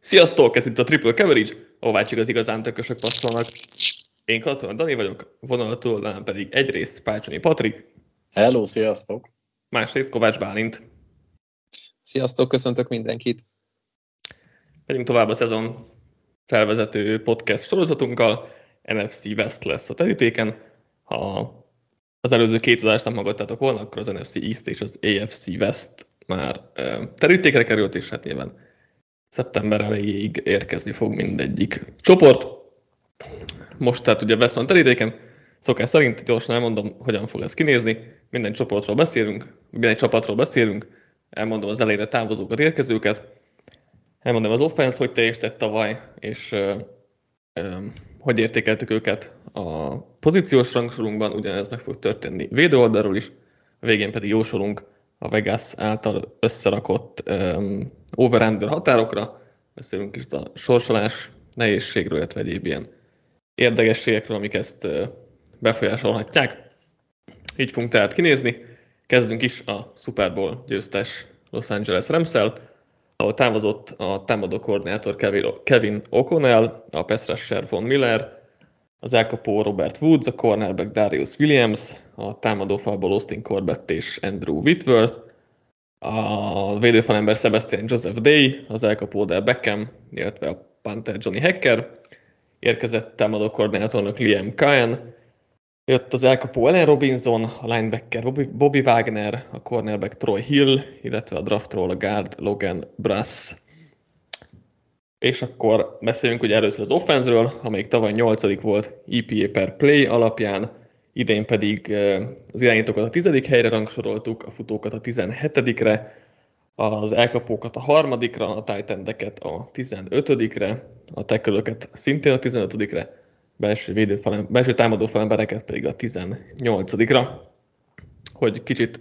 Sziasztok, ez itt a Triple Coverage, ahová csak az igazán tökösök passzolnak. Én Katona Dani vagyok, vonal túloldalán pedig egyrészt Pácsonyi Patrik. Hello, sziasztok! Másrészt Kovács Bálint. Sziasztok, köszöntök mindenkit! Megyünk tovább a szezon felvezető podcast sorozatunkkal. NFC West lesz a terítéken. Ha az előző két adást nem hallgattátok volna, akkor az NFC East és az AFC West már terítékre került, és hát nyilván szeptember elejéig érkezni fog mindegyik csoport. Most tehát ugye West van terítéken, szokás szerint gyorsan elmondom, hogyan fog ez kinézni. Minden csoportról beszélünk, minden csapatról beszélünk, elmondom az elejére távozókat, érkezőket, elmondom az offense, hogy teljesített tavaly, és hogy értékeltük őket a pozíciós rangsorunkban, ugyanez meg fog történni védő oldalról is, a végén pedig jósolunk a Vegas által összerakott over-under határokra, beszélünk is a sorsolás nehézségről, illetve egyéb ilyen érdekességekről, amik ezt befolyásolhatják. Így fogunk tehát kinézni. Kezdünk is a Super Bowl győztes Los Angeles Rams-szel, ahol távozott a támadó koordinátor Kevin O'Connell, a pass rusher Von Miller, az elkapó Robert Woods, a cornerback Darius Williams, a támadófalból Austin Corbett és Andrew Whitworth, a védőfalember Sebastian Joseph Day, az elkapó Odell Beckham, illetve a punter Johnny Hacker, érkezett támadó koordinátornak Liam Cohen, jött az elkapó Allen Robinson, a linebacker Bobby Wagner, a cornerback Troy Hill, illetve a draftról a guard Logan Bruss. És akkor beszéljünk ugye először az offense-ről, amelyik tavaly 8. volt EPA per play alapján, idén pedig az irányítókat a 10. helyre rangsoroltuk, a futókat a 17-re, az elkapókat a 3., a tight endeket a 15-re, a tackle-öket szintén a 15-re, belső támadó falembereket pedig a 18-ra. Hogy kicsit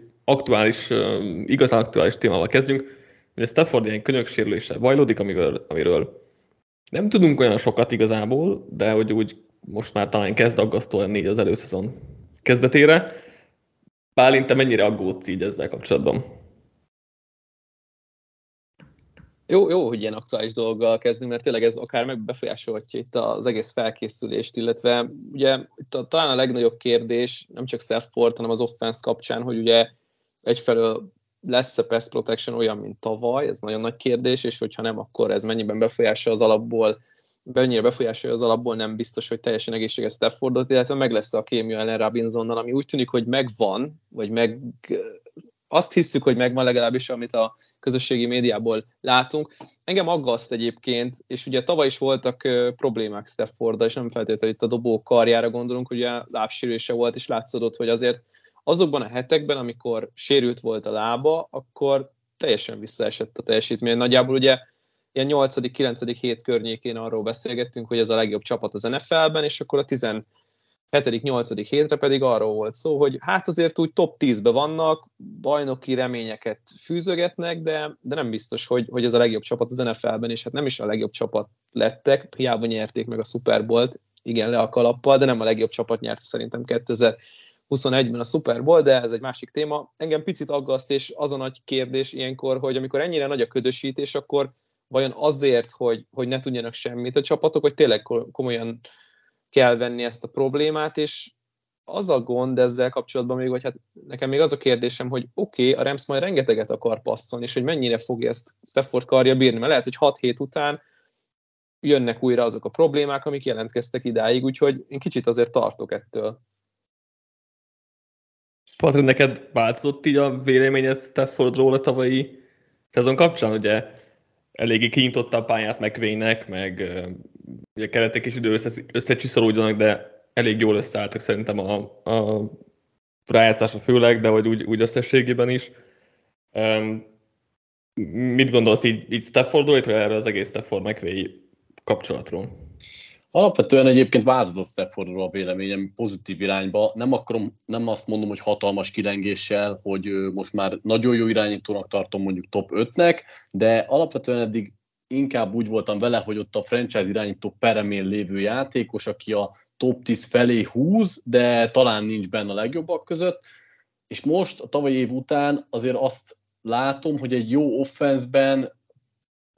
igazán aktuális témával kezdjünk, ugye Stafford ilyen könyöksérüléssel bajlódik, amiről nem tudunk olyan sokat igazából, de hogy úgy most már talán kezd aggasztó lenni így az előszezon kezdetére. Bálint, te mennyire aggódsz így ezzel kapcsolatban? Jó, hogy ilyen aktuális dologgal kezdünk, mert tényleg ez akár megbefolyásolhatja itt az egész felkészülést, illetve ugye itt talán a legnagyobb kérdés, nem csak Stafford, hanem az offense kapcsán, hogy ugye egyfelől lesz-e pass protection olyan, mint tavaly, ez nagyon nagy kérdés, és hogyha nem, akkor ez mennyire befolyásolja az alapból, nem biztos, hogy teljesen egészséges Staffordot, illetve meg lesz a kémia Allen Robinsonnal, ami úgy tűnik, hogy megvan, vagy azt hiszük, hogy megvan legalábbis, amit a közösségi médiából látunk. Engem aggaszt egyébként, és ugye tavaly is voltak problémák Stafforddal, és nem feltétlenül itt a dobó karjára gondolunk, ugye lábsérülése volt, és látszódott, hogy azért azokban a hetekben, amikor sérült volt a lába, akkor teljesen visszaesett a teljesítmény. Nagyjából ugye ilyen 8.-9. hét környékén arról beszélgettünk, hogy ez a legjobb csapat az NFL-ben, és akkor a 17.-8. hétre pedig arról volt szó, hogy hát azért úgy top 10-be vannak, bajnoki reményeket fűzögetnek, de nem biztos, hogy ez a legjobb csapat az NFL-ben, és hát nem is a legjobb csapat lettek, hiába nyerték meg a Super Bowl-t, igen, le a kalappal, de nem a legjobb csapat nyerte szerintem 2021-ben a Super Bowl, de ez egy másik téma. Engem picit aggaszt, és az a nagy kérdés ilyenkor, hogy amikor ennyire nagy a ködösítés, akkor vajon azért, hogy ne tudjanak semmit a csapatok, hogy tényleg komolyan kell venni ezt a problémát, és az a gond ezzel kapcsolatban még, hogy hát nekem még az a kérdésem, hogy oké, a Rams majd rengeteget akar passzolni, és hogy mennyire fogja ezt Stafford karja bírni, mert lehet, hogy 6 hét után jönnek újra azok a problémák, amik jelentkeztek idáig, úgyhogy én kicsit azért tartok ettől. Patrik, neked változott így a véleményed Staffordról a tavalyi szezon kapcsán? Ugye eléggé kinyitotta a pályát McVaynek, meg ugye kellettek is idő összecsiszolódjanak, de elég jól összeálltak szerintem a rájátszásra főleg, de hogy úgy összességében is. Mit gondolsz így Staffordról, illetve erről az egész Stafford-McVay kapcsolatról? Alapvetően egyébként változott Staffordról a véleményem pozitív irányba. Nem azt mondom, hogy hatalmas kilengéssel, hogy most már nagyon jó irányítónak tartom mondjuk top 5-nek, de alapvetően eddig inkább úgy voltam vele, hogy ott a franchise irányító peremén lévő játékos, aki a top 10 felé húz, de talán nincs benne a legjobbak között. És most, a tavalyi év után azért azt látom, hogy egy jó offenszben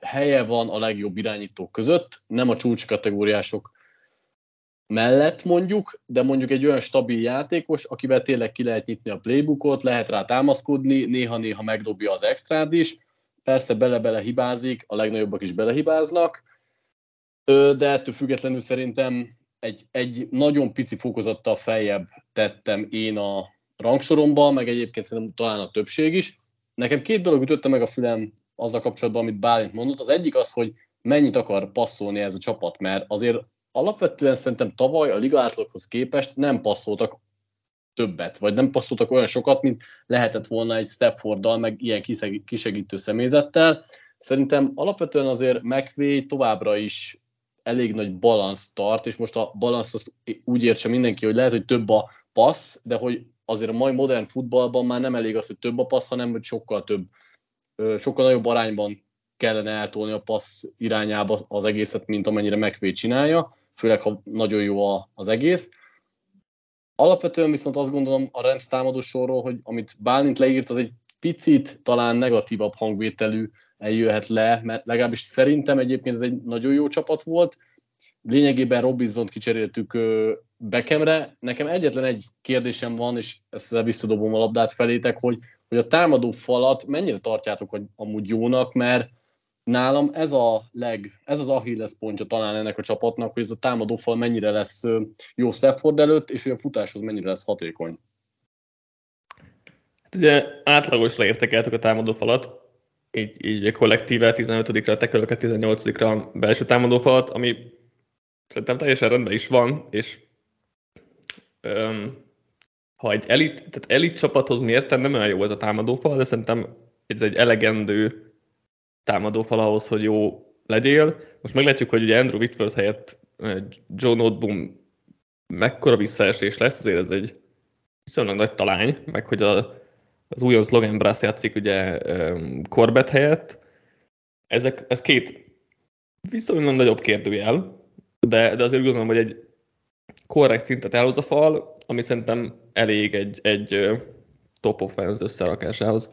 helye van a legjobb irányítók között, nem a csúcskategóriások mellett mondjuk, de mondjuk egy olyan stabil játékos, akivel tényleg ki lehet nyitni a playbookot, lehet rá támaszkodni, néha-néha megdobja az extrát is, persze bele-bele hibázik, a legnagyobbak is belehibáznak, de ettől függetlenül szerintem egy nagyon pici fokozattal feljebb tettem én a rangsoromba, meg egyébként szerintem talán a többség is. Nekem 2 dolog ütötte meg a fülem azzal kapcsolatban, amit Bálint mondott. Az egyik az, hogy mennyit akar passzolni ez a csapat, mert azért alapvetően szerintem tavaly a liga átlaghoz képest nem passzoltak többet, vagy nem passzoltak olyan sokat, mint lehetett volna egy Stafforddal, meg ilyen kisegítő személyzettel. Szerintem alapvetően azért McVay továbbra is elég nagy balanszt tart, és most a balansz azt úgy értse mindenki, hogy lehet, hogy több a passz, de hogy azért a mai modern futballban már nem elég az, hogy több a passz, hanem hogy sokkal nagyobb arányban kellene eltolni a passz irányába az egészet, mint amennyire McVay csinálja, főleg ha nagyon jó az egész. Alapvetően viszont azt gondolom a Rams támadó sorról, hogy amit Bálint leírt, az egy picit talán negatívabb hangvételű eljöhet le, mert legalábbis szerintem egyébként ez egy nagyon jó csapat volt. Lényegében Robinsont kicseréltük Beckhamre. Nekem egyetlen egy kérdésem van, és ezzel visszadobom a labdát felétek, hogy a támadó falat mennyire tartjátok amúgy jónak, mert nálam ez az Achilles pontja talán ennek a csapatnak, hogy ez a támadó fal mennyire lesz jó Stafford előtt, és hogy a futáshoz mennyire lesz hatékony. Hát ugye átlagosra értékeltük a támadó falat, így kollektíve 15-re, a tekölöket 18-ra belső támadó falat, ami szerintem teljesen rendben is van, és ha egy elit csapathoz mérten nem olyan jó ez a támadófal, de szerintem ez egy elegendő támadófal ahhoz, hogy jó legyél. Most meglátjuk, hogy ugye Andrew Whitworth helyett Joe Noteboom mekkora visszaesés lesz, azért ez egy viszonylag nagy talány, meg hogy az újonc Logan Brass játszik ugye Corbett helyett. Ez 2 viszonylag nagyobb kérdőjel, de azért gondolom, hogy egy korrekt szintet elhoz a fal, ami szerintem elég egy top offense összerakásához.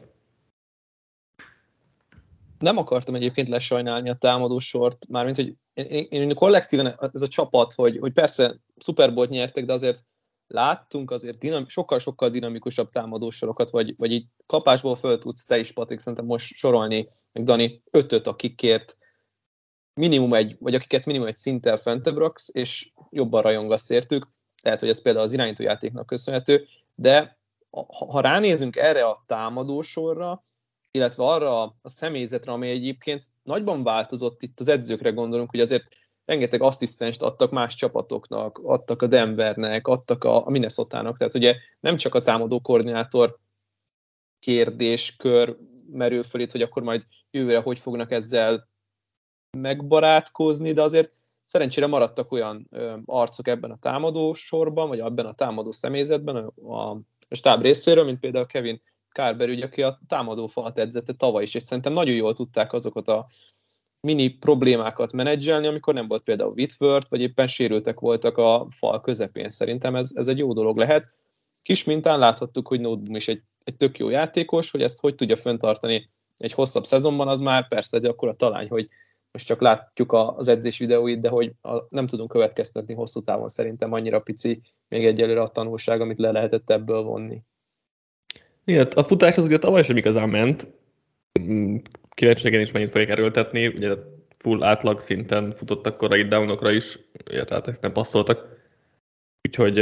Nem akartam egyébként lesajnálni a támadósort, mármint, hogy én kollektíven ez a csapat, hogy persze Super Bowl-t nyertek, de azért láttunk azért sokkal-sokkal dinamikusabb támadósorokat, vagy így kapásból föl tudsz te is, Patrik, szerintem most sorolni, meg Dani, 5-öt, akikért akiket minimum egy szinttel fentebb raksz, és jobban rajongasz értük. Lehet, hogy ez például az irányítójátéknak köszönhető, de ha ránézünk erre a támadósorra, illetve arra a személyzetre, ami egyébként nagyban változott, itt az edzőkre gondolunk, hogy azért rengeteg asszisztenst adtak más csapatoknak, adtak a Denvernek, adtak a Minnesotának, tehát ugye nem csak a támadó koordinátor kérdéskör merül föl itt, hogy akkor majd jövőre hogy fognak ezzel megbarátkozni, de azért szerencsére maradtak olyan arcok ebben a támadó sorban, vagy ebben a támadó személyzetben a stáb részéről, mint például Kevin Carberry, aki a támadó falat edzette tavaly is, és szerintem nagyon jól tudták azokat a mini problémákat menedzselni, amikor nem volt például Whitworth, vagy éppen sérültek voltak a fal közepén. Szerintem ez egy jó dolog lehet. Kis mintán láthattuk, hogy Noteboom is egy tök jó játékos, hogy ezt hogy tudja fenntartani egy hosszabb szezonban, az már persze egy akkora talány, hogy most csak látjuk az edzés videóit, de hogy nem tudunk következtetni hosszú távon, szerintem annyira pici még egyelőre a tanulság, amit le lehetett ebből vonni. Igen, a futás az ugye tavaly sem igazán ment. Kíváncsian is mennyit fogják erőltetni, ugye full átlag szinten futottak korai downokra is, tehát ezt nem passzoltak. Úgyhogy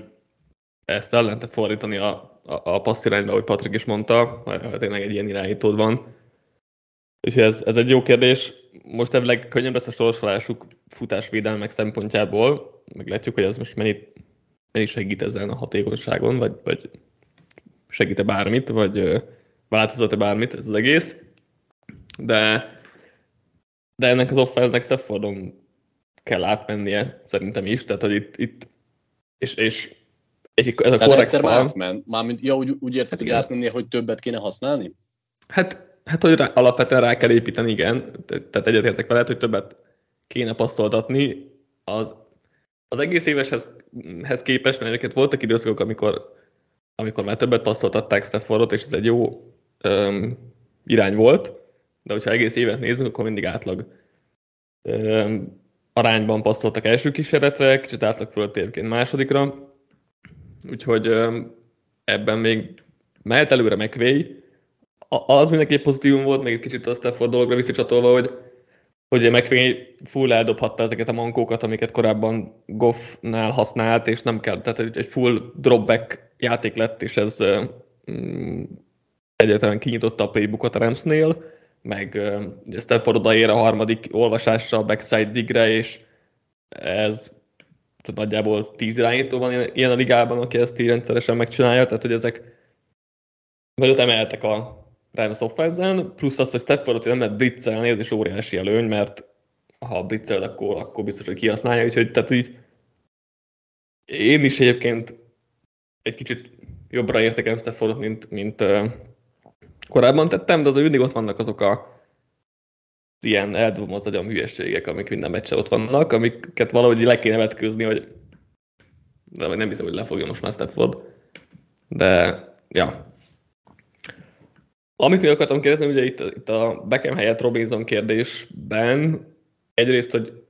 ezt el lehetne fordítani a passz irányba, ahogy Patrik is mondta, ha tényleg egy ilyen irányítód van. Úgyhogy ez egy jó kérdés. Most ebből könnyebb lesz a sorsolásuk futásvédelmek szempontjából. Meglátjuk, hogy ez most mennyi segít ezen a hatékonyságon, vagy segít-e bármit, vagy változott-e bármit ez az egész. De ennek az offense-nek Staffordon kell átmennie, szerintem is. Tehát, hogy itt és ez a korrekt fal... átment? Mármint, úgy érted, hogy átmennie, hogy többet kéne használni? Hát hogy alapvetően rá kell építeni, igen. Tehát egyetértek veled, hogy többet kéne passzoltatni. Az egész éveshez képest, mert egyébként voltak időszakok, amikor már többet passzoltatták Staffordot, és ez egy jó irány volt, de hogyha egész évet nézzük, akkor mindig átlag arányban passzoltak első kísérletre, kicsit átlag fölött egyébként másodikra, úgyhogy ebben még mehet előre McVay. Az mindenképp pozitívum volt, még egy kicsit a Stafford dologra visszacsatolva, hogy McVay full eldobhatta ezeket a mankókat, amiket korábban Goffnál használt, és nem kell, tehát egy full dropback játék lett, és ez egyáltalán kinyitotta a playbookot a Ramsnél, meg Stafford odaér a harmadik olvasásra, a backside digre, és ez tehát nagyjából 10 irányító van ilyen a ligában, aki ezt így rendszeresen megcsinálja, tehát hogy ezek nagyot emeltek a Rams offense-en, plusz azt, hogy Staffordot nem lehet blitzelni, ez is óriási előny, mert ha blitzeled, akkor biztos, hogy kihasználja, úgyhogy tehát így én is egyébként egy kicsit jobbra értékelem Staffordot, mint korábban tettem, de azért mindig ott vannak azok az ilyen eldobom az agyam hülyeségek, amik minden meccsen ott vannak, amiket valahogy le kéne vetkőzni, hogy de nem hiszem, hogy lefogja most már Stafford. De, ja. Amit még akartam kérdezni, ugye itt a Beckham helyett Robinson kérdésben, egyrészt, hogy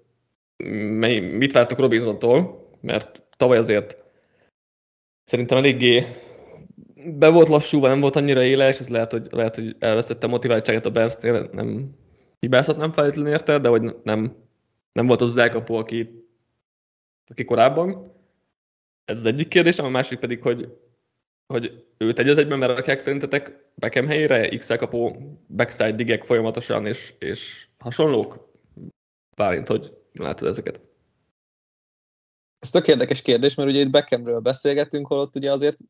mit vártok Robinsontól, mert tavaly azért szerintem eléggé be volt lassúva, nem volt annyira éles, ez lehet, hogy elvesztette a motiváltságát a Bearsnél, nem hibázhatnám feltétlenül érte, de hogy nem volt az elkapó, aki korábban. Ez az egyik kérdés, a másik pedig, hogy őt egy az egyben berakják szerintetek Beckham helyére, X-elkapó, backside digek folyamatosan és hasonlók? Bárint, hogy látod ezeket? Ez tök érdekes kérdés, mert ugye itt Beckhamről beszélgetünk, holott ugye azért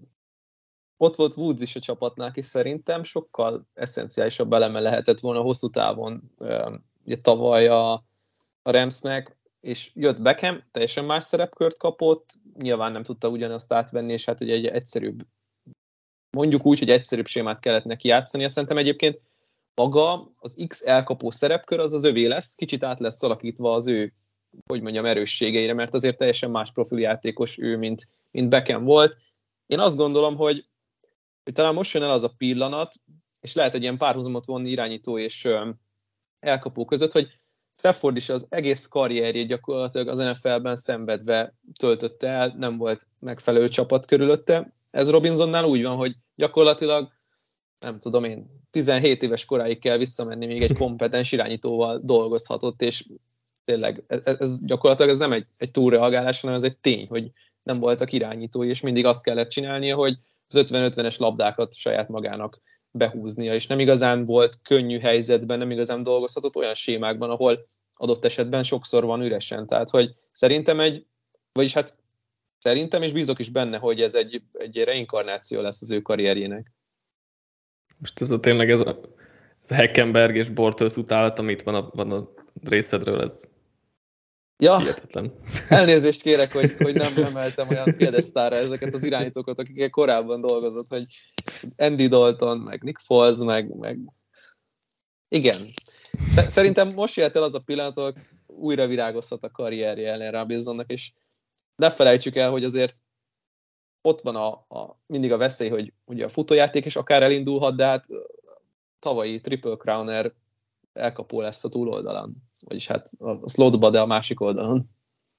ott volt Woods is a csapatnál, és szerintem sokkal eszenciálisabb eleme lehetett volna hosszú távon ugye tavaly a Ramsnek, és jött Beckham, teljesen más szerepkört kapott, nyilván nem tudta ugyanazt átvenni, és hát ugye egy egyszerűbb, mondjuk úgy, hogy egyszerűbb sémát kellett neki játszani. Szerintem egyébként maga az X elkapó szerepkör az övé lesz, kicsit át lesz alakítva az ő, hogy mondjam, erősségeire, mert azért teljesen más profiljátékos ő, mint Beckham volt. Én azt gondolom, hogy talán most jön el az a pillanat, és lehet egy ilyen párhuzamot vonni irányító és elkapó között, hogy Stafford is az egész karrierjét gyakorlatilag az NFL-ben szenvedve töltötte el, nem volt megfelelő csapat körülötte. Ez Robinsonnál úgy van, hogy gyakorlatilag, nem tudom én, 17 éves koráig kell visszamenni, még egy kompetens irányítóval dolgozhatott, és tényleg ez gyakorlatilag ez nem egy túlreagálás, hanem ez egy tény, hogy nem voltak irányítói, és mindig azt kellett csinálnia, hogy az 50-50-es labdákat saját magának behúznia, és nem igazán volt könnyű helyzetben, nem igazán dolgozhatott olyan sémákban, ahol adott esetben sokszor van üresen. Tehát, hogy szerintem szerintem, és bízok is benne, hogy ez egy reinkarnáció lesz az ő karrierjének. Most ez a Heckenberg és Bortles utálat, amit van a részedről, ez hihetetlen. Elnézést kérek, hogy nem emeltem olyan piedesztára ezeket az irányítókat, akikkel korábban dolgozott, hogy Andy Dalton, meg Nick Foles, meg... Igen. Szerintem most jött el az a pillanat, ahol újra virágozhat a karrierje Allen Robinsonnak, és ne felejtsük el, hogy azért ott van mindig a veszély, hogy ugye a futójáték is akár elindulhat, de hát tavalyi Triple Crowner elkapó lesz a túloldalon, vagyis hát a slotba, de a másik oldalon.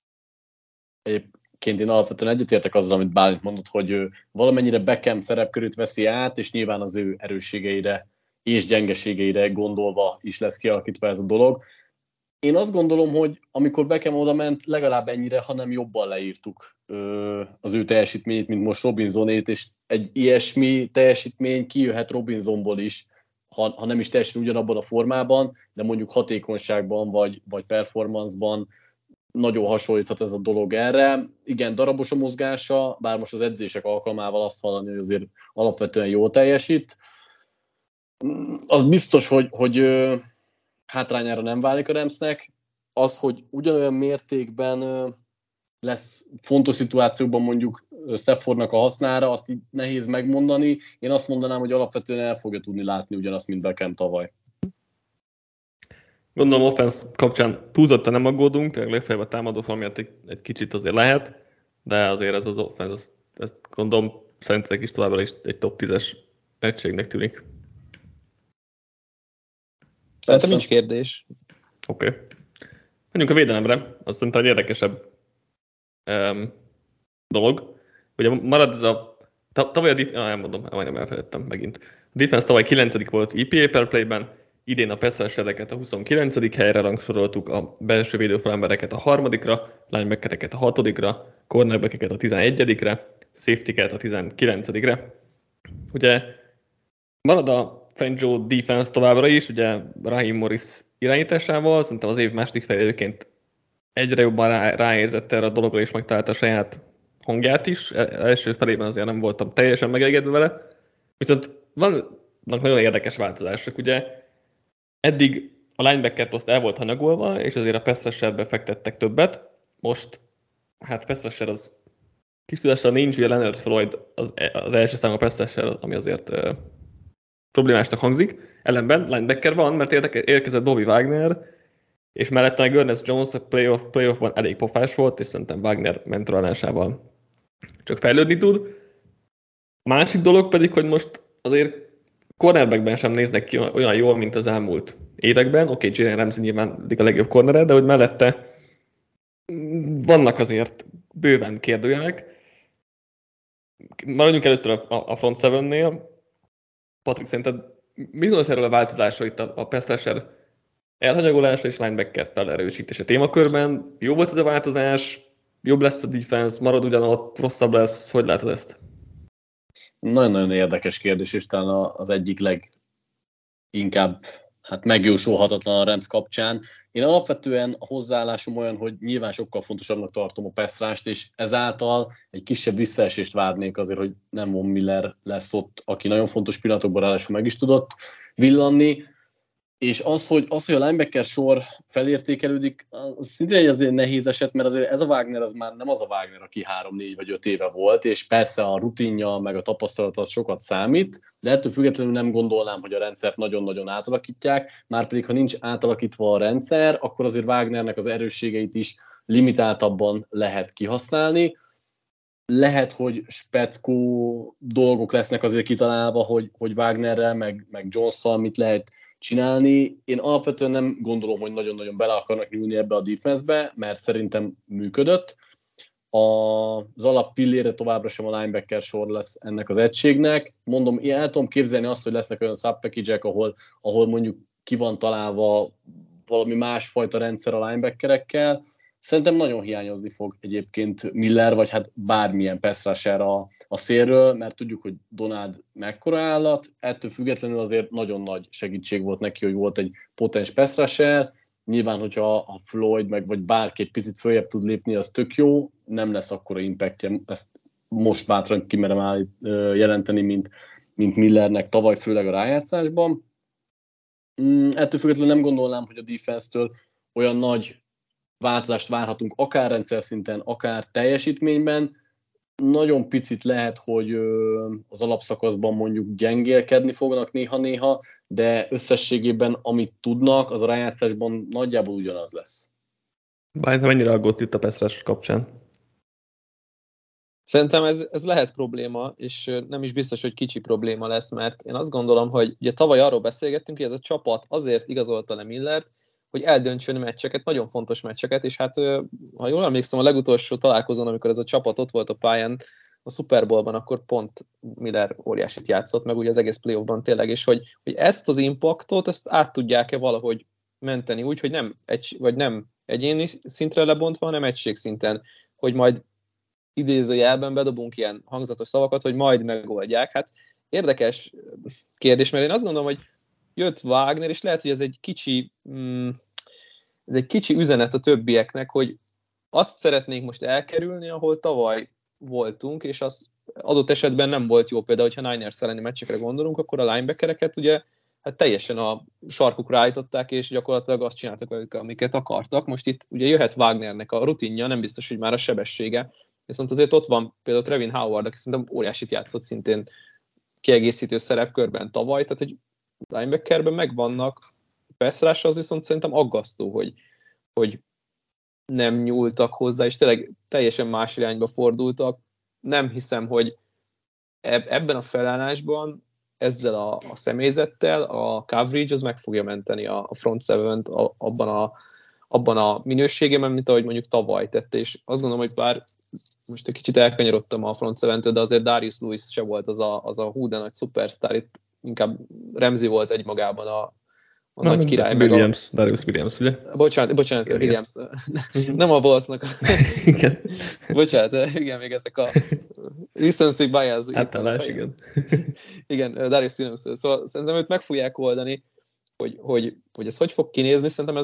Egyébként én alapvetően egyetértek azzal, amit Bálint mondott, hogy valamennyire Beckham szerepkörét veszi át, és nyilván az ő erősségeire és gyengeségeire gondolva is lesz kialakítva ez a dolog. Én azt gondolom, hogy amikor Beckham oda ment, legalább ennyire, hanem jobban leírtuk az ő teljesítményét, mint most Robinsonét, és egy ilyesmi teljesítmény kijöhet Robinsonból is, ha nem is teljesen ugyanabban a formában, de mondjuk hatékonyságban vagy performanceban nagyon hasonlíthat ez a dolog erre. Igen, darabos a mozgása, bár most az edzések alkalmával azt hallani, hogy azért alapvetően jól teljesít. Az biztos, hogy hátrányára nem válik a Ramsnek. Az, hogy ugyanolyan mértékben lesz fontos szituációkban mondjuk Staffordnak a hasznára, azt így nehéz megmondani. Én azt mondanám, hogy alapvetően el fogja tudni látni ugyanazt, mint Beckham tavaly. Gondolom offense kapcsán túlzottan nem aggódunk, tényleg legfeljebb a támadó fal miatt egy kicsit azért lehet, de azért ez az offense, ezt gondolom szerintetek is továbbra is egy top 10-es egységnek tűnik. Szerintem nincs kérdés. Oké. Menjünk a védelemre, azt szerintem egy érdekesebb dolog. Ugye marad ez a tavaly elmondom, majdnem elfelejtettem megint. A defense tavaly 9. volt EPA per play-ben, idén a pass rushereket a 29. helyre rangsoroltuk, a belső védőfalembereket a 3-ra, linebackereket a 6-ra, cornerbackeket a 11-re, safety-ket a 19-re. Ugye marad a Fangio defense továbbra is, ugye Raheem Morris irányításával, szerintem az év második felében egyre jobban ráérzett erre a dologra, és megtalálta a saját hangját is. Első felében azért nem voltam teljesen megegedve vele. Viszont vannak nagyon érdekes változások. Ugye eddig a linebacker poszt el volt hanyagolva, és azért a pass rusherbe fektettek többet. Most, hát pass rusher az kiszülésre nincs, ugye Leonard Floyd az első számú pass rusher, ami azért problémásnak hangzik. Ellenben linebacker van, mert érkezett Bobby Wagner, és mellette meg Ernest Jones a playoffban elég pofás volt, és szerintem Wagner mentorálásával csak fejlődni tud. A másik dolog pedig, hogy most azért cornerbackben sem néznek ki olyan jól, mint az elmúlt években. Oké, Jalen Ramsey nyilván a legjobb cornere, de hogy mellette vannak azért bőven kérdőjelek. Maradjunk először a front seven-nél. Patrik, szerinted mi gondolsz erről a változásról itt a pass rusher elhanyagolása és linebacker felerősítése témakörben? Jó volt ez a változás? Jobb lesz a defense? Marad ugyanott? Rosszabb lesz? Hogy látod ezt? Nagyon-nagyon érdekes kérdés, és talán az egyik leginkább megjósolhatatlan a Rams kapcsán. Én alapvetően a hozzáállásom olyan, hogy nyilván sokkal fontosabbnak tartom a pass rusht, és ezáltal egy kisebb visszaesést várnék azért, hogy nem Von Miller lesz ott, aki nagyon fontos pillanatokban ráadásul meg is tudott villanni. És az, hogy a linebacker sor felértékelődik, az szintén egy azért nehéz eset, mert azért ez a Wagner az már nem az a Wagner, aki 3-4 vagy 5 éve volt, és persze a rutinja, meg a tapasztalata sokat számít, de ettől függetlenül nem gondolnám, hogy a rendszert nagyon-nagyon átalakítják, márpedig ha nincs átalakítva a rendszer, akkor azért Wagnernek az erősségeit is limitáltabban lehet kihasználni. Lehet, hogy speckó dolgok lesznek azért kitalálva, hogy Wagnerrel, meg Jones-szal mit lehet csinálni. Én alapvetően nem gondolom, hogy nagyon-nagyon bele akarnak nyúlni ebbe a defense-be, mert szerintem működött. Az alap pillére továbbra sem a linebacker sor lesz ennek az egységnek. Mondom, én el tudom képzelni azt, hogy lesznek olyan sub-package-ek, ahol mondjuk ki van találva valami másfajta rendszer a linebackerekkel. Szerintem nagyon hiányozni fog egyébként Miller, vagy hát bármilyen pass rusher a szélről, mert tudjuk, hogy Donald mekkora állat, ettől függetlenül azért nagyon nagy segítség volt neki, hogy volt egy potens pass rusher. Nyilván, hogyha a Floyd vagy bárki egy picit följebb tud lépni, az tök jó, nem lesz akkora impactja, ezt most bátran kimerem jelenteni, mint Millernek tavaly, főleg a rájátszásban. Ettől függetlenül nem gondolnám, hogy a defense-től olyan nagy változást várhatunk, akár rendszer szinten, akár teljesítményben. Nagyon picit lehet, hogy az alapszakaszban mondjuk gyengélkedni fognak néha-néha, de összességében amit tudnak, az a rájátszásban nagyjából ugyanaz lesz. Bár mennyire aggódsz itt a pass rush kapcsán? Szerintem ez lehet probléma, és nem is biztos, hogy kicsi probléma lesz, mert én azt gondolom, hogy ugye tavaly arról beszélgettünk, hogy ez a csapat azért igazolta le Millert, hogy eldöntsön meccseket, nagyon fontos meccseket, és hát, ha jól emlékszem, a legutolsó találkozón, amikor ez a csapat ott volt a pályán, a Super Bowlban, akkor pont Miller óriásit játszott, meg ugye az egész playoffban tényleg, és hogy ezt az impaktot, ezt át tudják-e valahogy menteni úgy, hogy nem egyéni szintre lebontva, hanem egységszinten, hogy majd idézőjelben bedobunk ilyen hangzatos szavakat, hogy majd megoldják. Hát érdekes kérdés, mert én azt gondolom, hogy jött Wagner, és lehet, hogy ez egy kicsi üzenet a többieknek, hogy azt szeretnénk most elkerülni, ahol tavaly voltunk, és az adott esetben nem volt jó. Például, hogyha Niners elleni meccsekre gondolunk, akkor a linebackereket ugye hát teljesen a sarkukra állították, és gyakorlatilag azt csináltak velük, amiket akartak. Most itt ugye jöhet Wagnernek a rutinja, nem biztos, hogy már a sebessége, viszont azért ott van például Trevin Howard, aki szerintem óriásit játszott szintén kiegészítő szerepkörben tavaly, tehát hogy linebackerben megvannak, pass rush az viszont szerintem aggasztó, hogy nem nyúltak hozzá, és tényleg teljesen más irányba fordultak. Nem hiszem, hogy ebben a felállásban ezzel a személyzettel a coverage az meg fogja menteni a front seven-t abban a minőségében, mint ahogy mondjuk tavaly tette, és azt gondolom, hogy bár most egy kicsit elkanyarodtam a front seven-től, de azért Darius Lewis se volt az a hú de nagy szupersztár, itt inkább Ramsey volt egymagában a nagy király. Williams, Darius Williams, ugye? Bocsánat, igen, Williams. Nem a Bullsnak. Igen. Bocsánat, igen, még ezek a recency bias. Igen. Igen, Darius Williams. Szóval szerintem őt meg fogják oldani, hogy ez hogy fog kinézni. Szerintem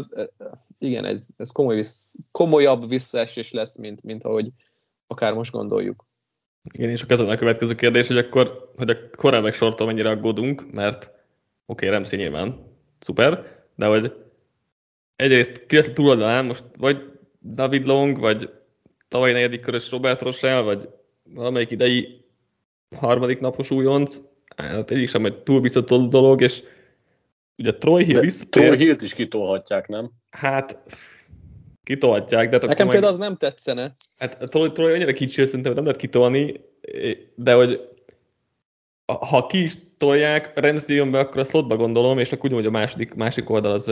ez komolyabb visszaesés lesz, mint ahogy akár most gondoljuk. Igen, és akkor ez a következő kérdés, hogy akkor hogy a cornerback sortól mennyire aggódunk, mert oké, Ramsey nyilván szuper, de hogy egyrészt ki lesz a túloldalán, most vagy David Long, vagy tavaly 4. körös Robert Rochelle, vagy valamelyik idei 3. napos újonc, hát egyik sem egy túl biztató dolog, és ugye Troy Hill visszatér. Troy Hillt is kitolhatják, nem? Hát kitolhatják, de... Nekem például az nem tetszene. Hát Troy annyira kicsi, hogy szerintem nem lehet kitolni, de hogy ha ki is tolják, Ramsey jön be, akkor a slotba gondolom, és akkor úgy, hogy a másik oldal az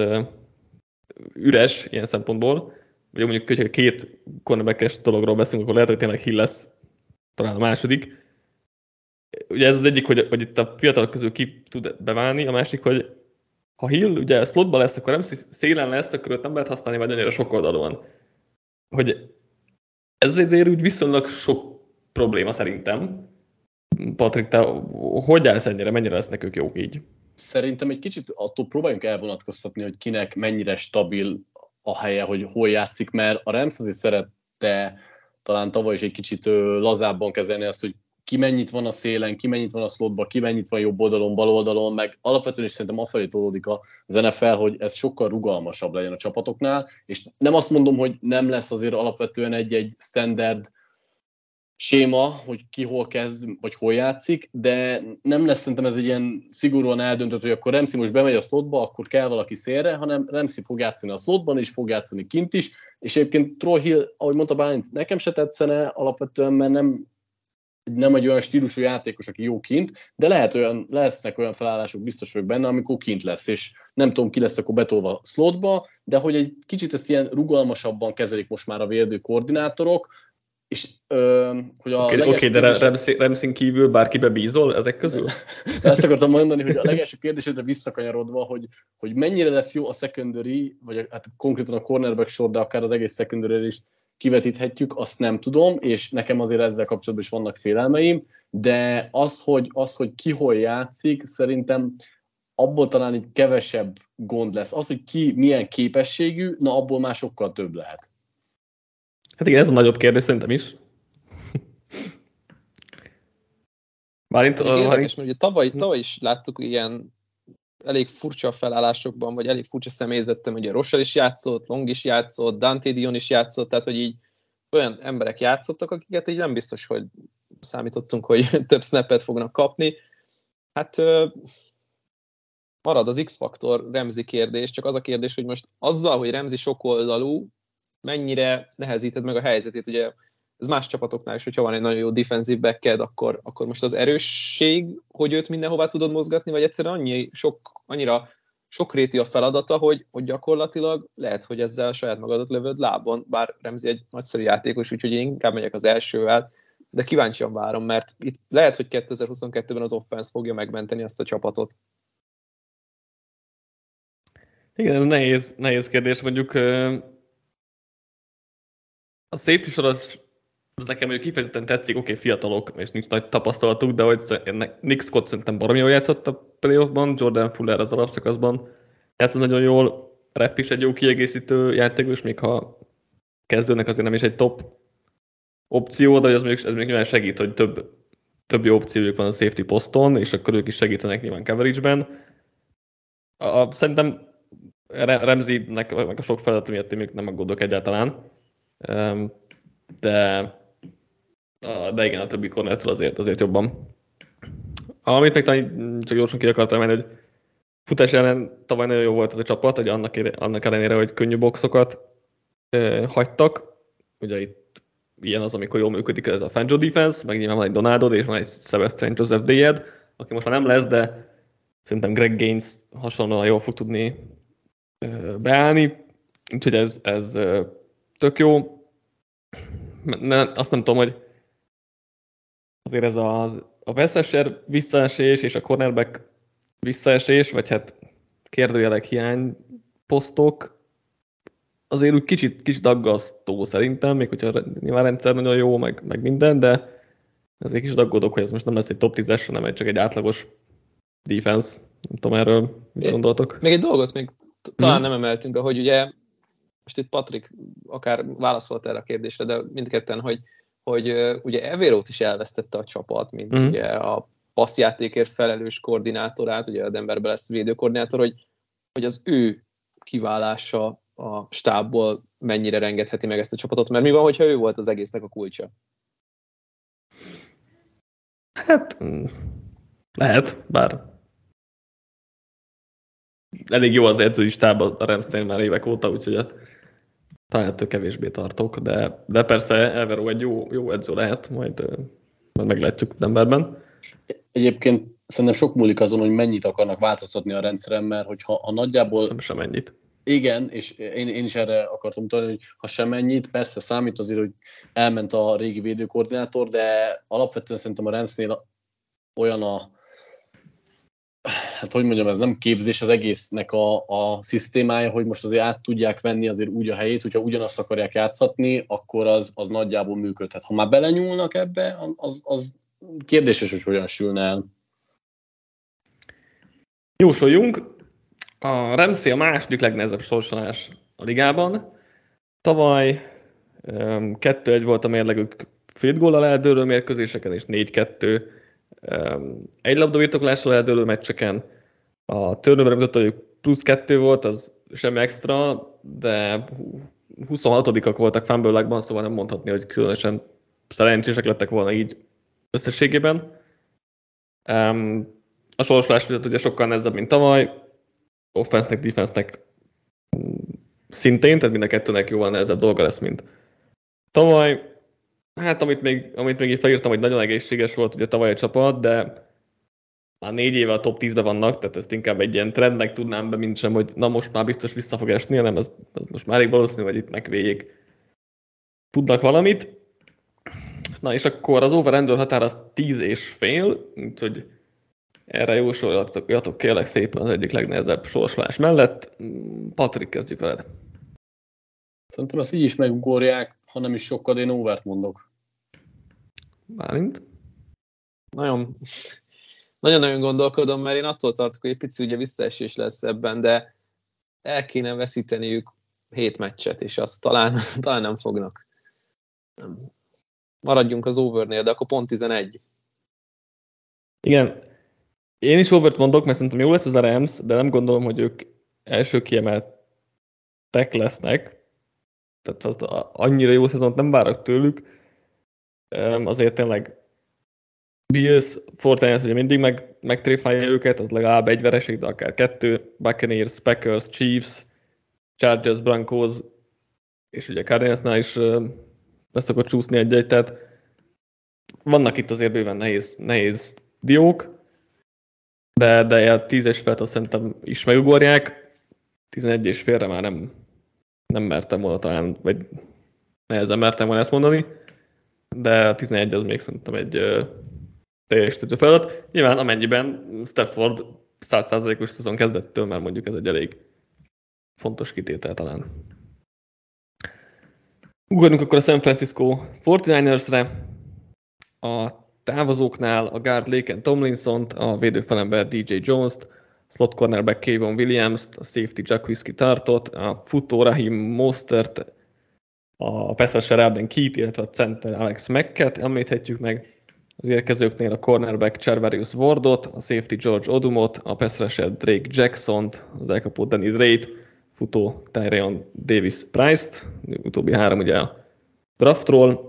üres ilyen szempontból. Vagy mondjuk, hogyha két cornerback-es dologról beszélünk, akkor lehet, hogy tényleg Hill lesz talán a második. Ugye ez az egyik, hogy itt a fiatalok közül ki tud beválni, a másik, hogy ha Hill ugye slotba lesz, akkor Ramsey szélen lesz, akkor őt nem lehet használni, vagy annyira sok oldalon. Hogy ez azért úgy viszonylag sok probléma szerintem. Patrik, te hogy állsz ennyire? Mennyire lesznek ők jók így? Szerintem egy kicsit attól próbáljunk elvonatkoztatni, hogy kinek mennyire stabil a helye, hogy hol játszik, mert a Rams azért szerette talán tavaly is egy kicsit lazábban kezelni azt, hogy ki mennyit van a szélen, ki mennyit van a slotban, ki mennyit van jobb oldalon, bal oldalon, meg alapvetően is szerintem afelé tolódik az NFL, hogy ez sokkal rugalmasabb legyen a csapatoknál, és nem azt mondom, hogy nem lesz azért alapvetően egy standard séma, hogy ki hol kezd, vagy hol játszik, de nem lesz szerintem ez egy ilyen szigorúan eldöntött, hogy akkor Ramsey most bemegy a slotba, akkor kell valaki szélre, hanem Ramsey fog játszani a slotban is, fog játszani kint is, és egyébként Troy Hill, ahogy mondta Bálint, nekem se tetszene alapvetően, mert nem egy olyan stílusú játékos, aki jó kint, de lesznek olyan felállások, biztos vagyok benne, amikor kint lesz, és nem tudom, ki lesz akkor betolva slotba, de hogy egy kicsit ezt ilyen rugalmasabban kezelik most már a védő koordinátorok, és hogy a Oké, de Ramsey kívül bárkibe bízol ezek közül? Ezt akartam mondani, hogy a legelső kérdésre visszakanyarodva, hogy mennyire lesz jó a secondary, vagy hát konkrétan a cornerback sor, de akár az egész secondary is kivetíthetjük, azt nem tudom, és nekem azért ezzel kapcsolatban is vannak félelmeim, de az, hogy ki hol játszik, szerintem abból talán így kevesebb gond lesz. Az, hogy ki milyen képességű, na abból már sokkal több lehet. Hát igen, ez a nagyobb kérdés szerintem is. Érdekes, mert ugye tavaly is láttuk ilyen elég furcsa felállásokban, vagy elég furcsa személyzettem, ugye Rochelle is játszott, Long is játszott, Dante Dion is játszott, tehát hogy így olyan emberek játszottak, akiket így nem biztos, hogy számítottunk, hogy több snappet fognak kapni. Hát marad az X-faktor Ramsey kérdés, csak az a kérdés, hogy most azzal, hogy Ramsey sokoldalú, mennyire nehezíted meg a helyzetét, ugye ez más csapatoknál is, hogyha van egy nagyon jó defensive backed, akkor most az erősség, hogy őt mindenhová tudod mozgatni, vagy egyszerűen annyira sokrétű a feladata, hogy gyakorlatilag lehet, hogy ezzel saját magadat lövöd lábon, bár Ramsey egy nagyszerű játékos, úgyhogy én inkább megyek az elsővel, de kíváncsian várom, mert itt lehet, hogy 2022-ben az offense fogja megmenteni azt a csapatot. Igen, ez nehéz kérdés, mondjuk a safety sor az nekem mondjuk kifejezetten tetszik, oké, fiatalok, és nincs nagy tapasztalatuk, de hogy Nick Scott szerintem baromi jól játszott a playoffban, Jordan Fuller az alapszakaszban játszott nagyon jól, Rep is egy jó kiegészítő játékos, még ha kezdőnek azért nem is egy top opció, de ez még nyilván segít, hogy több jó opciójuk van a safety poszton, és akkor ők is segítenek nyilván coverage-ben. Szerintem Ramsey-nek meg a sok feladat miatt én még nem aggódok egyáltalán. De igen, a többi cornertől azért jobban. Amit még talán csak gyorsan ki akartam emelni, hogy futás ellen tavaly nagyon jó volt ez a csapat, hogy annak ellenére, hogy könnyű boxokat hagytak. Ugye itt ilyen az, amikor jól működik ez a Fangio defense, meg nyilván van egy Donaldod, és van egy Sebastian Joseph Deyed, aki most már nem lesz, de szerintem Greg Gaines hasonlóan jól fog tudni beállni, úgyhogy ez tök jó. Azt nem tudom, hogy azért ez a pass rusher visszaesés és a cornerback visszaesés, vagy hát kérdőjelek hiány posztok, azért úgy kicsit aggasztó szerintem, még hogyha nyilván rendszer nagyon jó, meg minden, de azért kicsit aggódok, hogy ez most nem lesz egy top 10-es, hanem csak egy átlagos defense. Nem tudom erről, mit gondoltok. Még egy dolgot még talán nem emeltünk, ahogy ugye most itt Patrik akár válaszolt erre a kérdésre, de mindketten, hogy ugye Everót is elvesztette a csapat, mint ugye a passzjátékért felelős koordinátorát, ugye a Denverben lesz védőkoordinátor, hogy az ő kiválása a stábból mennyire rengetheti meg ezt a csapatot, mert mi van, hogyha ő volt az egésznek a kulcsa? Hát lehet, bár elég jó az edzői stáb a Ramsnél már évek óta, úgyhogy talán ettől kevésbé tartok, de persze Evero egy jó edző lehet, majd meglátjuk Denverben. Egyébként szerintem sok múlik azon, hogy mennyit akarnak változtatni a rendszeren, mert hogyha nagyjából... Nem sem mennyit. Igen, és én is erre akartam utalni, hogy ha sem ennyit, persze számít azért, hogy elment a régi védőkoordinátor, de alapvetően szerintem a Ramsnél olyan hát hogy mondjam, ez nem képzés az egésznek a szisztémája, hogy most azért át tudják venni azért úgy a helyét, hogyha ugyanazt akarják játszatni, akkor az nagyjából működhet. Ha már belenyúlnak ebbe, az kérdéses, hogy hogyan sülne el. Jósoljunk. A Ramsey a második legnehezebb sorsolás a ligában. Tavaly 2-1 volt a mérlegük field goal-al eldőlő mérkőzéseken, és 4-2 egy labdabirtoklással eldőlő meccseken. A turnover mutatta, hogy plusz 2 volt, az semmi extra, de 26-ak voltak fumble-lákban, szóval nem mondhatni, hogy különösen szerencsések lettek volna így összességében. A sorsolás ugye sokkal nehezebb, mint tavaly. Offense-nek, defense-nek szintén, tehát mind a kettőnek jóval nehezebb dolga lesz, mint tavaly. Hát amit még így felírtam, hogy nagyon egészséges volt ugye tavaly a csapat, de már 4 éve a top 10-ben vannak, tehát ezt inkább egy ilyen trendnek tudnám be, mint sem, hogy na most már biztos vissza fog esni, hanem ez most már elég valószínű, hogy itt megvédjék. Tudnak valamit. Na és akkor az over-under határ az 10,5, úgyhogy erre jósoljatok kérlek szépen az egyik legnehezebb sorsolás mellett. Patrik, kezdjük veled. Szerintem ezt így is megugorják, ha nem is sokkal, én overt mondok. Bálint? Nagyon-nagyon gondolkodom, mert én attól tartok, hogy egy pici ugye visszaesés lesz ebben, de el kéne veszíteniük 7 meccset, és azt talán nem fognak. Maradjunk az overnél, de akkor pont 11. Igen, én is overt mondok, mert szerintem jó lesz ez a Rams, de nem gondolom, hogy ők első kiemeltek lesznek. Tehát azt annyira jó szezont nem várok tőlük. Azért tényleg Bills, Fortnite ugye mindig megtréfálja őket, az legalább egy vereség, de akár 2, Buccaneers, Packers, Chiefs, Chargers, Broncos, és ugye Cardinalsnál is beszokott csúszni egy-egy, tehát vannak itt azért bőven nehéz diók, de a 10,5-et azt szerintem is megugorják, 11,5-re már nem mertem volna talán, vagy nehezen mertem volna ezt mondani, de a 11 az még szerintem egy teljesítő feladat. Nyilván amennyiben Stafford 100%-os szezon kezdettől, mert mondjuk ez egy elég fontos kitétel talán. Ugorjunk akkor a San Francisco 49ersre. A távozóknál a guard Laken Tomlinsont, a védőfalember DJ Jones-t, slot cornerback Kayvon Williams-t, a safety Jacquiski Tartot, a futó Raheem Mostert, a pass rusher Arden Keith, illetve a center Alex Macket említhetjük meg. Az érkezőknél a cornerback Charvarius Wardot, a safety George Odumot, a pass rusher Drake Jacksont, az elkapó Danny Drake, futó Tyrion Davis Price-t, utóbbi 3 ugye a draftról.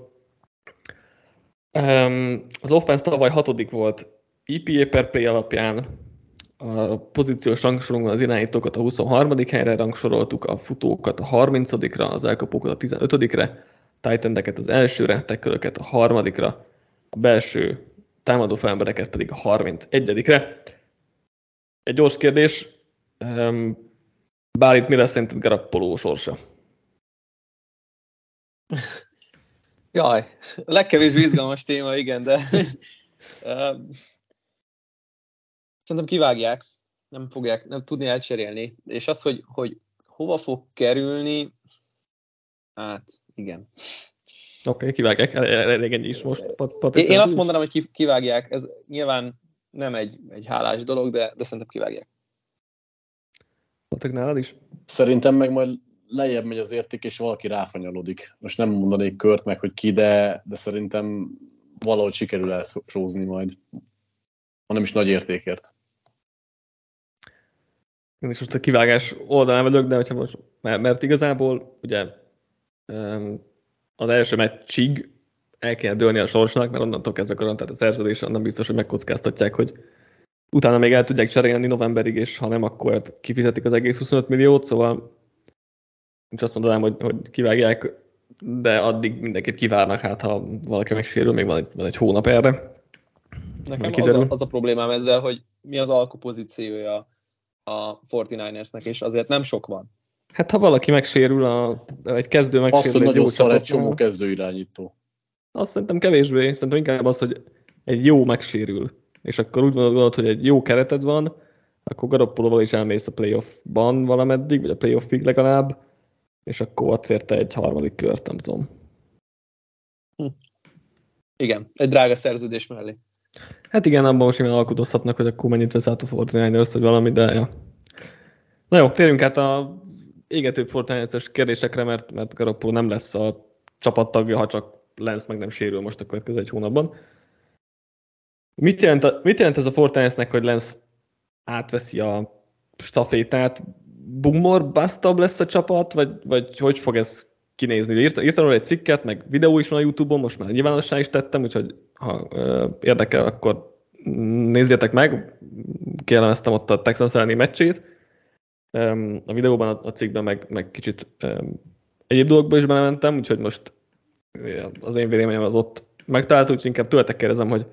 Az offense tavaly 6. volt EPA per play alapján, a pozíciós rangsorunkban az irányítókat a 23. helyre rangsoroltuk, a futókat a 30-ra, az elkapókat a 15-re, tight endeket az elsőre, tackle-öket a 3-ra, a belső támadó felembereket pedig a 31-re. Egy gyors kérdés, bár itt mi lesz szerinted Garoppolo sorsa? Jaj, a legkevésbé izgalmas téma, igen, de szerintem kivágják, nem fogják nem tudni elcserélni. És az, hogy hova fog kerülni, hát igen. Oké, kivágják, elég ennyi is most. Én azt mondanám, hogy kivágják, ez nyilván nem egy hálás dolog, de szerintem kivágják. Patrik, nálad is? Szerintem meg majd lejjebb megy az érték, és valaki ráfanyalodik. Most nem mondanék Kört meg, hogy ki, de szerintem valahogy sikerül elsózni majd. Hanem is nagy értékért. Én is most a kivágás oldalán vagyok, de hogyha most, mert igazából ugye az első meccsig el kéne dőlni a sorsnak, mert onnantól kezdve garantált a szerződés, nem biztos, hogy megkockáztatják, hogy utána még el tudják cserélni novemberig, és ha nem, akkor kifizetik az egész 25 milliót, szóval nincs azt mondanám, hogy kivágják, de addig mindenképp kivárnak, hát ha valaki megsérül, még van egy hónap erre. Nekem az a problémám ezzel, hogy mi az alkupozíciója a 49ersnek, és azért nem sok van. Hát ha valaki megsérül, egy kezdő megsérül, azt, hogy nagyon szar egy csomó kezdőirányító. Azt szerintem kevésbé, szerintem inkább az, hogy egy jó megsérül, és akkor úgy gondolod, hogy egy jó kereted van, akkor Garoppolóval is elmész a playoffban valameddig, vagy a playoffig legalább, és akkor adsz érte egy harmadik kört, nem tudom. Igen, egy drága szerződés mellé. Hát igen, abban most simán alkudozhatnak, hogy akkor mennyit vesz át a 49ers, vagy valami, de ja. Na jó, térjünk át a égetőbb 49ers kérdésekre, mert Garoppolo nem lesz a csapattagja, ha csak Lance meg nem sérül most a következő egy hónapban. Mit jelent ez a 49ersnek, hogy Lance átveszi a stafétát? Boom-more bust-up lesz a csapat, vagy hogy fog ez kinézni? Írtam róla egy cikket, meg videó is van a YouTube-on, most már nyilvánossá is tettem, úgyhogy ha érdekel, akkor nézzétek meg. Kielemeztem ott a Texans elleni meccsét. A videóban, a cikkben meg kicsit egyéb dolgokba is belementem, úgyhogy most az én véleményem az ott megtalált, úgyhogy inkább tőletek kérdezem, hogy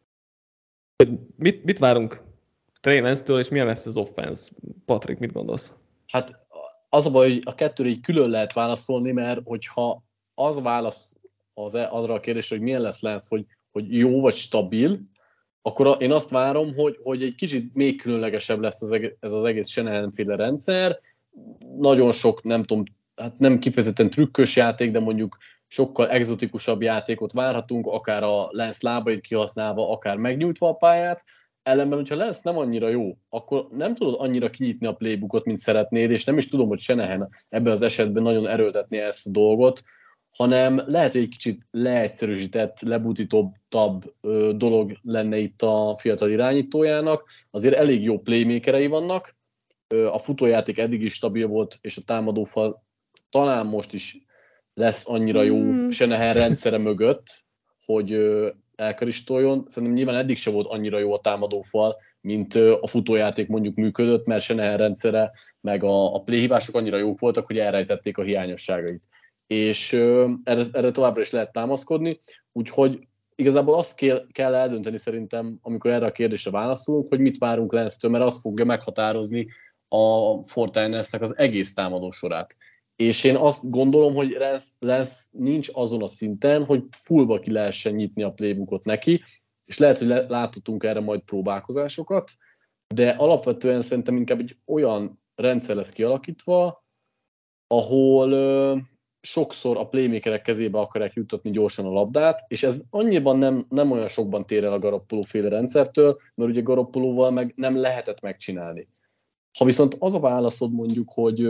mit várunk Trey Lance-től, és milyen lesz az offense? Patrik, mit gondolsz? Hát az a baj, hogy a kettőre így külön lehet válaszolni, mert hogyha az a válasz azra a kérdésre, hogy milyen lesz Lance, hogy jó vagy stabil, akkor én azt várom, hogy egy kicsit még különlegesebb lesz ez az egész Shanahan-féle rendszer. Nagyon sok, nem tudom, hát nem kifejezetten trükkös játék, de mondjuk sokkal egzotikusabb játékot várhatunk, akár a Lance lábait kihasználva, akár megnyújtva a pályát. Ellenben, hogyha Lance nem annyira jó, akkor nem tudod annyira kinyitni a playbookot, mint szeretnéd, és nem is tudom, hogy Shanahan ebben az esetben nagyon erőltetné ezt a dolgot, hanem lehet, hogy egy kicsit leegyszerűsített, lebutítottabb dolog lenne itt a fiatal irányítójának. Azért elég jó playmakerei vannak, a futójáték eddig is stabil volt, és a támadófal talán most is lesz annyira jó Shanahan rendszere mögött, hogy elkaristoljon. Szerintem nyilván eddig se volt annyira jó a támadófal, mint a futójáték mondjuk működött, mert Shanahan rendszere, meg a playhívások annyira jók voltak, hogy elrejtették a hiányosságait. És erre továbbra is lehet támaszkodni, úgyhogy igazából azt kell eldönteni szerintem, amikor erre a kérdésre válaszolunk, hogy mit várunk Lance-től, mert az fogja meghatározni a 49ersnek az egész támadó sorát. És én azt gondolom, hogy Lance nincs azon a szinten, hogy fullba ki lehessen nyitni a playbookot neki, és lehet, hogy láthatunk erre majd próbálkozásokat, de alapvetően szerintem inkább egy olyan rendszer lesz kialakítva, ahol sokszor a playmakerek kezébe akarják juttatni gyorsan a labdát, és ez annyiban nem olyan sokban tér el a Garoppolo-féle rendszertől, mert ugye Garoppolóval meg nem lehetett megcsinálni. Ha viszont az a válaszod mondjuk, hogy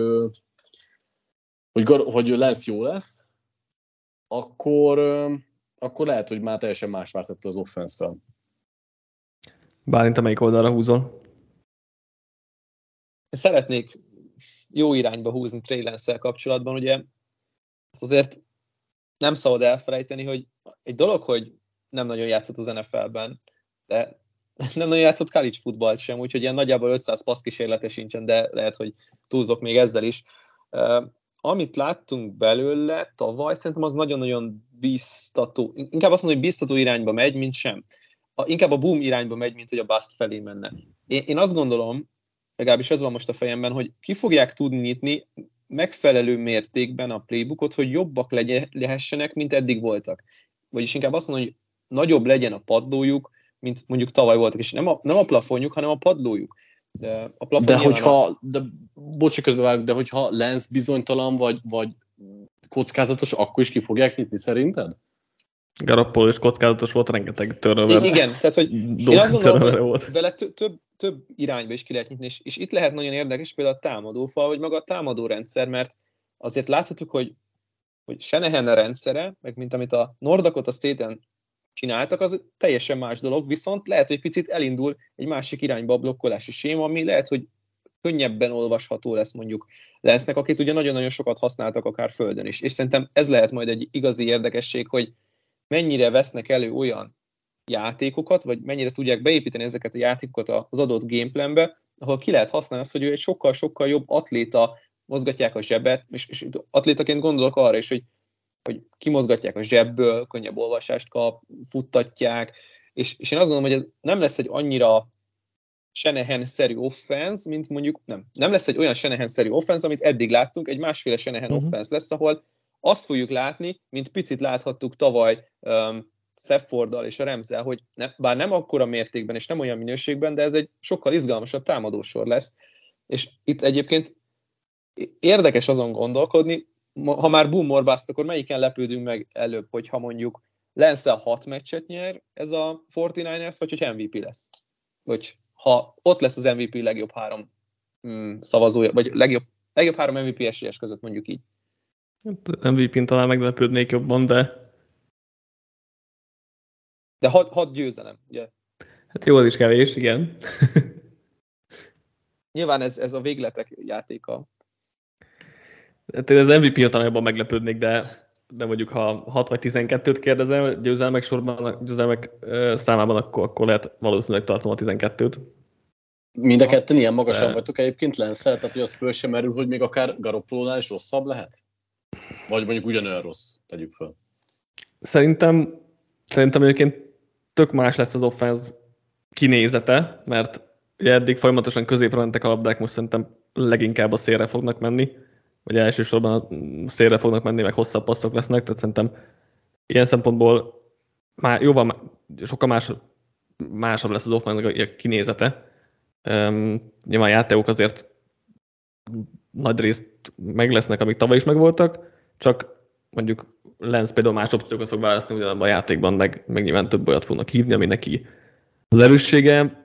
Lance jó lesz, akkor lehet, hogy már teljesen más vársz ettől az offense-tel. Bálint, te melyik oldalra húzol? Szeretnék jó irányba húzni Trey Lance-szel kapcsolatban, ugye azt azért nem szabad elfelejteni, hogy egy dolog, hogy nem nagyon játszott az NFL-ben, de nem nagyon játszott college futballt sem, úgyhogy ilyen nagyjából 500 passzkísérlete sincsen, de lehet, hogy túlzok még ezzel is. Amit láttunk belőle tavaly, szerintem az nagyon-nagyon biztató, inkább azt mondom, hogy biztató irányba megy, mint sem. inkább a boom irányba megy, mint hogy a bust felé menne. Én azt gondolom, legalábbis ez van most a fejemben, hogy ki fogják tudni nyitni megfelelő mértékben a playbookot, hogy jobbak lehessenek, mint eddig voltak. Vagyis inkább azt mondom, hogy nagyobb legyen a padlójuk, mint mondjuk tavaly voltak, és nem a plafonjuk, hanem a padlójuk. De hogyha Lance bizonytalan vagy kockázatos, akkor is ki fogják nyitni szerinted? Garoppolo is kockázatos volt, rengeteg turnover. Igen, tehát hogy én azt gondolom, hogy vele több irányba is ki lehet nyitni, és itt lehet nagyon érdekes például a támadófal, vagy maga a támadórendszer, mert azért láthatjuk, hogy Shanahan a rendszere, meg mint amit a North-Dakota State-en csináltak, az teljesen más dolog, viszont lehet, hogy picit elindul egy másik irányba a blokkolási séma, ami lehet, hogy könnyebben olvasható lesz mondjuk Lance-nek, akit ugye nagyon-nagyon sokat használtak akár földön is. És szerintem ez lehet majd egy igazi érdekesség, hogy mennyire vesznek elő olyan játékokat, vagy mennyire tudják beépíteni ezeket a játékokat az adott gameplanbe, ahol ki lehet használni azt, hogy ő egy sokkal-sokkal jobb atléta, mozgatják a zsebet, és atlétaként gondolok arra is, hogy kimozgatják a zsebből, könnyebb olvasást kap, futtatják, és én azt gondolom, hogy ez nem lesz egy annyira Shanahan-szerű offense, mint mondjuk, nem lesz egy olyan Shanahan-szerű offense, amit eddig láttunk, egy másféle Shanahan offense lesz, ahol azt fogjuk látni, mint picit láthattuk tavaly Stafforddal és a Ramszel, hogy bár nem akkora mértékben és nem olyan minőségben, de ez egy sokkal izgalmasabb támadósor lesz. És itt egyébként érdekes azon gondolkodni, ha már boom or bust, akkor melyiken lepődünk meg előbb, hogyha mondjuk Lance-el 6 meccset nyer ez a 49ers, vagy hogy MVP lesz? Vagy ha ott lesz az MVP legjobb 3 szavazója, vagy legjobb 3 MVP esélyes között, mondjuk így. MVP-n talán meglepődnék jobban, de 6 győzelem, ugye? Hát jó, az is kevés, igen. Nyilván ez a végletek játéka. Hát én az MVP-n talán jobban meglepődnék, de mondjuk ha 6 vagy 12-t kérdezem győzelmek számában, akkor lehet valószínűleg tartom a 12-t. Mind a ketten ilyen magasan vagytok egyébként Lance-el, tehát hogy az föl sem merül, hogy még akár Garoppolónál is rosszabb lehet? Vagy mondjuk ugyanolyan rossz, tegyük föl. Szerintem egyébként tök más lesz az offense kinézete, mert ugye eddig folyamatosan középre mentek a labdák, most szerintem leginkább a szélre fognak menni, vagy elsősorban a szélre fognak menni, meg hosszabb passzok lesznek, tehát szerintem ilyen szempontból már sokkal másabb lesz az offense a kinézete. Nyilván a játékok azért nagy részt meg lesznek, amik tavaly is megvoltak, csak mondjuk Lance például más opciókat fog választani ugyanabban a játékban, meg nyilván több olyat fognak hívni, ami neki az erőssége.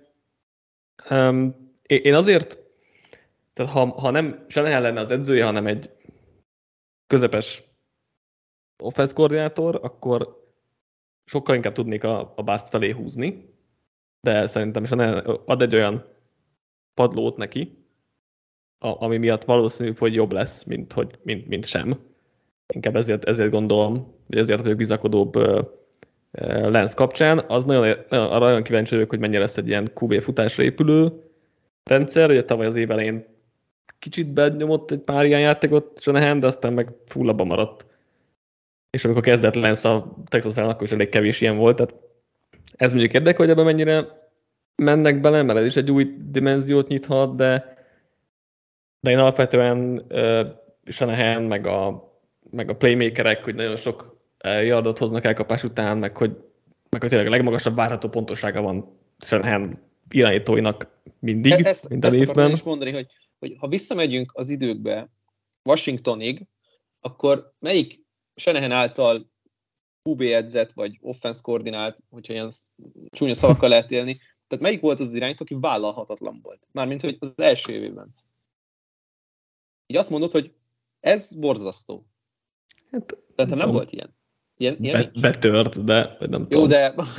Én azért, tehát ha nem Shanahan lenne az edzője, hanem egy közepes offense koordinátor, akkor sokkal inkább tudnék a bust felé húzni, de szerintem Shanahan ad egy olyan padlót neki, ami miatt valószínűbb, hogy jobb lesz, mint sem. Inkább ezért gondolom, vagy ezért vagyok bizakodóbb Lance kapcsán. Az arra nagyon kíváncsi vagyok, hogy mennyire lesz egy ilyen QB futásra épülő rendszer. Ugye tavaly az év elején kicsit benyomott egy pár ilyen játékot Shanahan, de aztán meg full abban maradt. És amikor kezdett Lance a Texas-en, akkor is elég kevés ilyen volt. Tehát ez mondjuk érdekel, hogy ebben mennyire mennek bele, mert ez is egy új dimenziót nyithat, de én alapvetően Shanahan, meg a playmakerek, hogy nagyon sok yardot hoznak elkapás után, meg hogy tényleg a legmagasabb várható pontossága van Shanahan irányítóinak mindig, minden évben. Ezt akartam is mondani, hogy ha visszamegyünk az időkbe Washingtonig, akkor melyik Shanahan által QB edzett, vagy offense koordinált, hogyha ilyen csúnya szavakkal lehet élni, tehát melyik volt az irányító, aki vállalhatatlan volt? Mármint, hogy az első évében. Így azt mondod, hogy ez borzasztó. Hát, szerintem nem volt ilyen. Ilyen betört, de nem jó, tudom.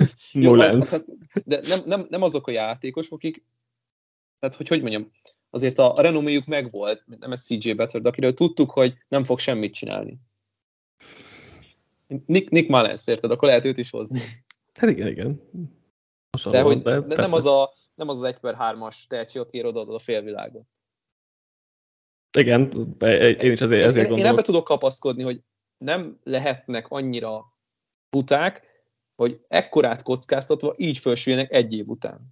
De nem azok a játékosok, akik, tehát hogy mondjam, azért a renoméjuk megvolt, nem egy CJ Beathard, akiről tudtuk, hogy nem fog semmit csinálni. Nick Mullens, érted? Akkor lehet őt is hozni. Hát igen. De hogy nem az 1/3-as tehetség, aki odaadod a félvilágot. Igen, én is ezért gondolom. Én ebbe tudok kapaszkodni, hogy nem lehetnek annyira buták, hogy ekkorát kockáztatva így fölsüljenek egy év után.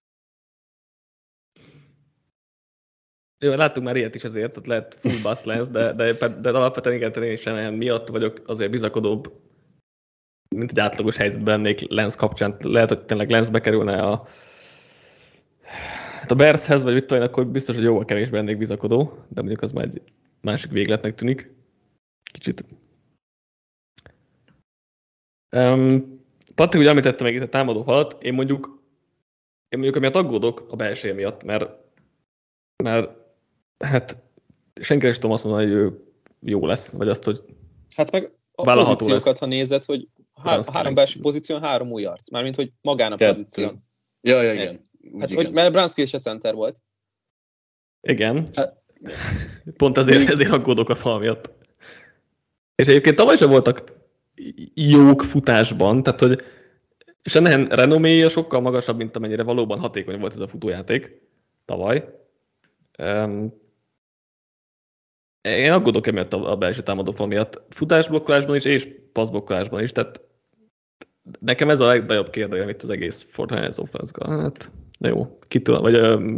Jó, láttunk már ilyet is azért, tehát lehet full bust Lance, de alapvetően igen, én is miatt vagyok azért bizakodóbb, mint egy átlagos helyzetben lennék Lance kapcsán. Lehet, hogy tényleg Lance bekerülne a Bearshez, vagy mit tudom, akkor biztos, hogy jóval kevésbé lennék bizakodó, de mondjuk az már egy másik végletnek tűnik. Kicsit. Patrik ugye említette meg itt a támadó falat, én mondjuk amiatt aggódok a belső miatt, mert hát senki sem tudom azt mondani, hogy ő jó lesz, vagy azt, hogy hát meg a pozíciókat, lesz. Ha nézed, hogy három belső pozíción 3 új arc, mármint, hogy magán a pozíción. Ja, igen. Hát, igen. Hogy, mert Bransky is a center volt. Igen. Hát. Pont ezért aggódok a fal miatt. És egyébként tavaly sem voltak jók futásban, tehát hogy Shanahan renoméja sokkal magasabb, mint amennyire valóban hatékony volt ez a futójáték tavaly. Én aggódok emiatt a belső támadófal miatt. Futásblokkolásban is, és passzblokkolásban is, tehát nekem ez a legnagyobb kérdője, itt az egész Fortnite offense-gal. Hát, na jó, kitől, vagy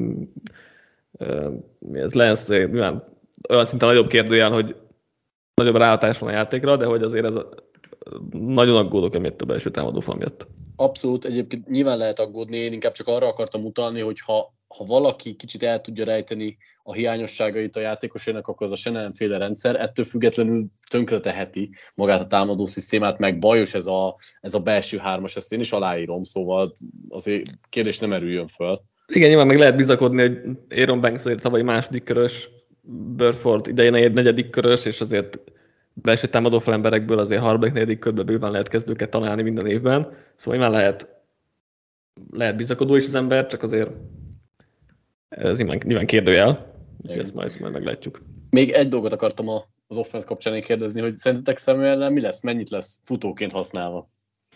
ez lesz olyan szinten nagyobb kérdőjel, hogy nagyobb ráhatás van a játékra, de hogy azért ez nagyon aggódok emiatt a belső támadófal miatt. Abszolút, egyébként nyilván lehet aggódni, én inkább csak arra akartam utalni, hogy ha valaki kicsit el tudja rejteni a hiányosságait a játékosainak, akkor az a Shanahan-féle rendszer ettől függetlenül tönkreteheti magát a támadó szisztémát, meg bajos ez a belső hármas, ezt én is aláírom, szóval azért kérdés nem erüljön föl. Igen, nyilván meg lehet bizakodni, hogy Aaron Banks azért tavaly második körös, Burford idején egy negyedik körös, és azért belső támadó falemberekből azért harmadik, negyedik körben bőven lehet kezdőket találni minden évben. Szóval nyilván lehet bizakodó is az ember, csak azért ez nyilván kérdőjel, úgyhogy ezt majd meglátjuk. Még egy dolgot akartam az offense kapcsán kérdezni, hogy szerintetek Samuel mi lesz, mennyit lesz futóként használva?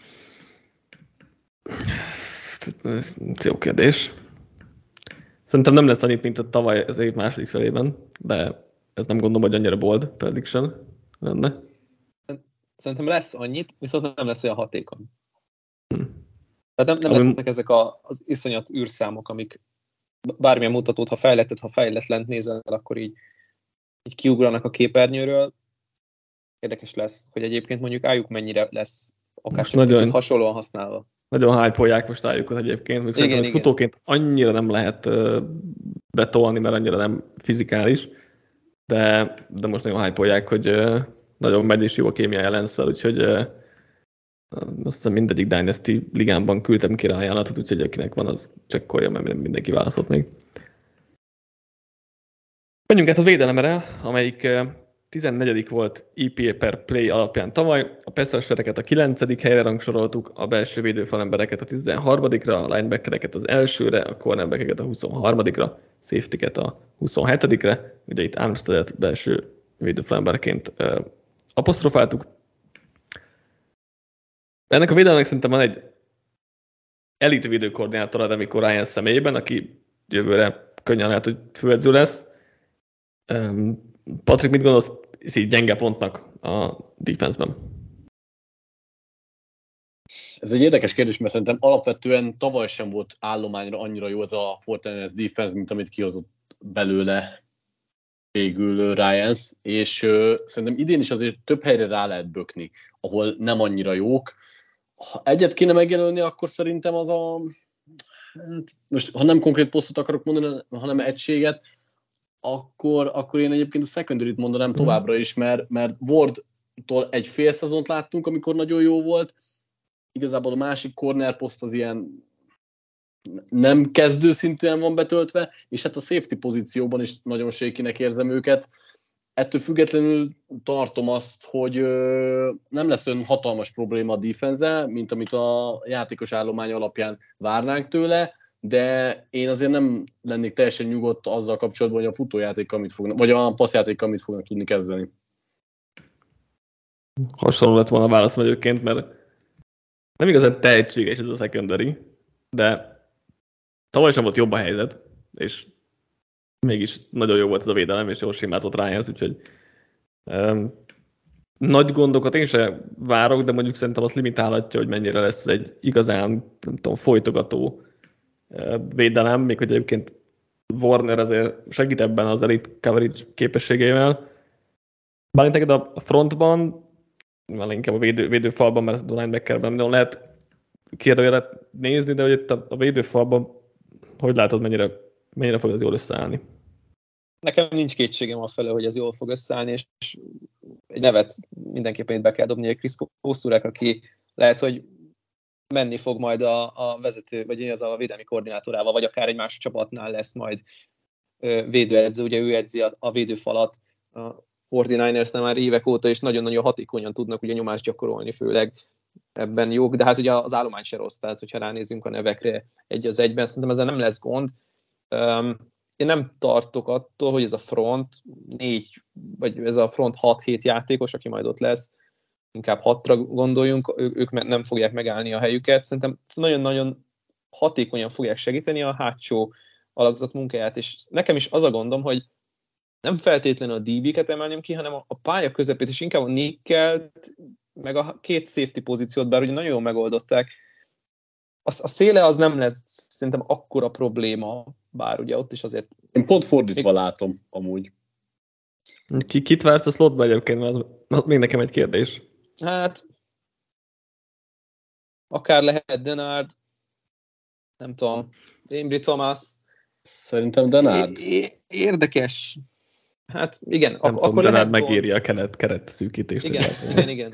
Jó kérdés. Szerintem nem lesz annyit, mint a tavaly az év második felében, de ez nem gondolom, hogy annyira bold prediction lenne. Szerintem lesz annyit, viszont nem lesz olyan hatékony. Tehát nem lesznek ezek az iszonyat űrszámok, amik bármilyen mutatót, ha fejletlent nézel, akkor így kiugranak a képernyőről. Érdekes lesz, hogy egyébként mondjuk álljuk mennyire lesz akár csak hasonlóan használva. Nagyon hype-olják most álljukat egyébként, még szerintem, hogy futóként annyira nem lehet betolni, mert annyira nem fizikális, de most nagyon hype-olják, hogy nagyon megy és jó a kémiája Lance-szel, úgyhogy azt hiszem mindegyik Dynasty ligámban küldtem ki rá ajánlatot, úgyhogy akinek van, az csekkolja, mert mindenki válaszolt még. Menjünk át a védelemre, amelyik 14. volt EPA per play alapján tavaly, a pass rushereket a 9. helyre rangsoroltuk, a belső védőfalembereket a 13-ra, a linebackereket az elsőre, a cornerbackeket a 23-ra, safety-ket a 27-re, ugye itt Armsteadet belső védőfalemberként apostrofáltuk. Ennek a védelemnek szerintem van egy elit védőkoordinátora, de amikor Ryan személyében, aki jövőre könnyen lehet, hogy főedző lesz. Patrik, mit gondolsz így gyenge pontnak a defense-ben? Ez egy érdekes kérdés, mert szerintem alapvetően tavaly sem volt állományra annyira jó ez a Fortnite defense, mint amit kihozott belőle végül Ryans, és szerintem idén is azért több helyre rá lehet bökni, ahol nem annyira jók. Ha egyet kéne megjelölni, akkor szerintem az most ha nem konkrét posztot akarok mondani, hanem egységet, akkor én egyébként a secondary-t mondanám továbbra is, mert Wardtól egy fél szezont láttunk, amikor nagyon jó volt. Igazából a másik corner poszt az ilyen nem kezdőszintűen van betöltve, és hát a safety pozícióban is nagyon shaky-nek érzem őket. Ettől függetlenül tartom azt, hogy nem lesz olyan hatalmas probléma a defense-el, mint amit a játékos állomány alapján várnánk tőle, de én azért nem lennék teljesen nyugodt azzal kapcsolatban, hogy a futójátékkal mit fognak, vagy a passzjátékkal mit fognak tudni kezdeni. Hasonló lett volna a válaszom egyébként, mert nem igazán tehetséges ez a secondary, de tavaly sem volt jobb a helyzet, és mégis nagyon jó volt ez a védelem, és jól sémázott Ryans, úgyhogy nagy gondokat én sem várok, de mondjuk szerintem azt limitálhatja, hogy mennyire lesz egy igazán, nem tudom, folytogató védelem, még hogy egyébként Warner azért segít ebben az elite coverage képességével. Bár neked a frontban, vagy inkább a védőfalban, mert a linebackerben nagyon lehet kérdőjelet nézni, de hogy itt a védőfalban hogy látod, mennyire fog ez jól összeállni? Nekem nincs kétségem afelől, hogy ez jól fog összeállni, és egy nevet mindenképpen itt be kell dobni, egy Chris Koszurek, aki lehet, hogy menni fog majd a vezető, vagy az a védelmi koordinátorával, vagy akár egy más csapatnál lesz majd védőedző, ugye ő edzi a védőfalat a 49ersnél már évek óta, és nagyon-nagyon hatékonyan tudnak ugye nyomást gyakorolni, főleg ebben jók, de hát ugye az állomány se rossz, tehát hogyha ránézünk a nevekre egy az egyben, szerintem ezzel nem lesz gond. Én nem tartok attól, hogy ez a front 4, vagy ez a front 6-7 játékos, aki majd ott lesz, inkább 6-ra gondoljunk, ők nem fogják megállni a helyüket. Szerintem nagyon-nagyon hatékonyan fogják segíteni a hátsó alakzat munkáját, és nekem is az a gondom, hogy nem feltétlenül a DB-ket emelném ki, hanem a pálya közepét, és inkább a nickelt, meg a két safety pozíciót, bár ugye nagyon jól megoldották. A széle az nem lesz szerintem akkora probléma, bár ugye ott is azért... Én pont fordítva látom, amúgy. Kit vársz a slotba egyébként, mert az még nekem egy kérdés. Hát, akár lehet Denard, nem tudom, Ambry Thomas. Szerintem Denard. Érdekes. Hát igen, nem akkor tudom, lehet megírja a keret szűkítést. Igen.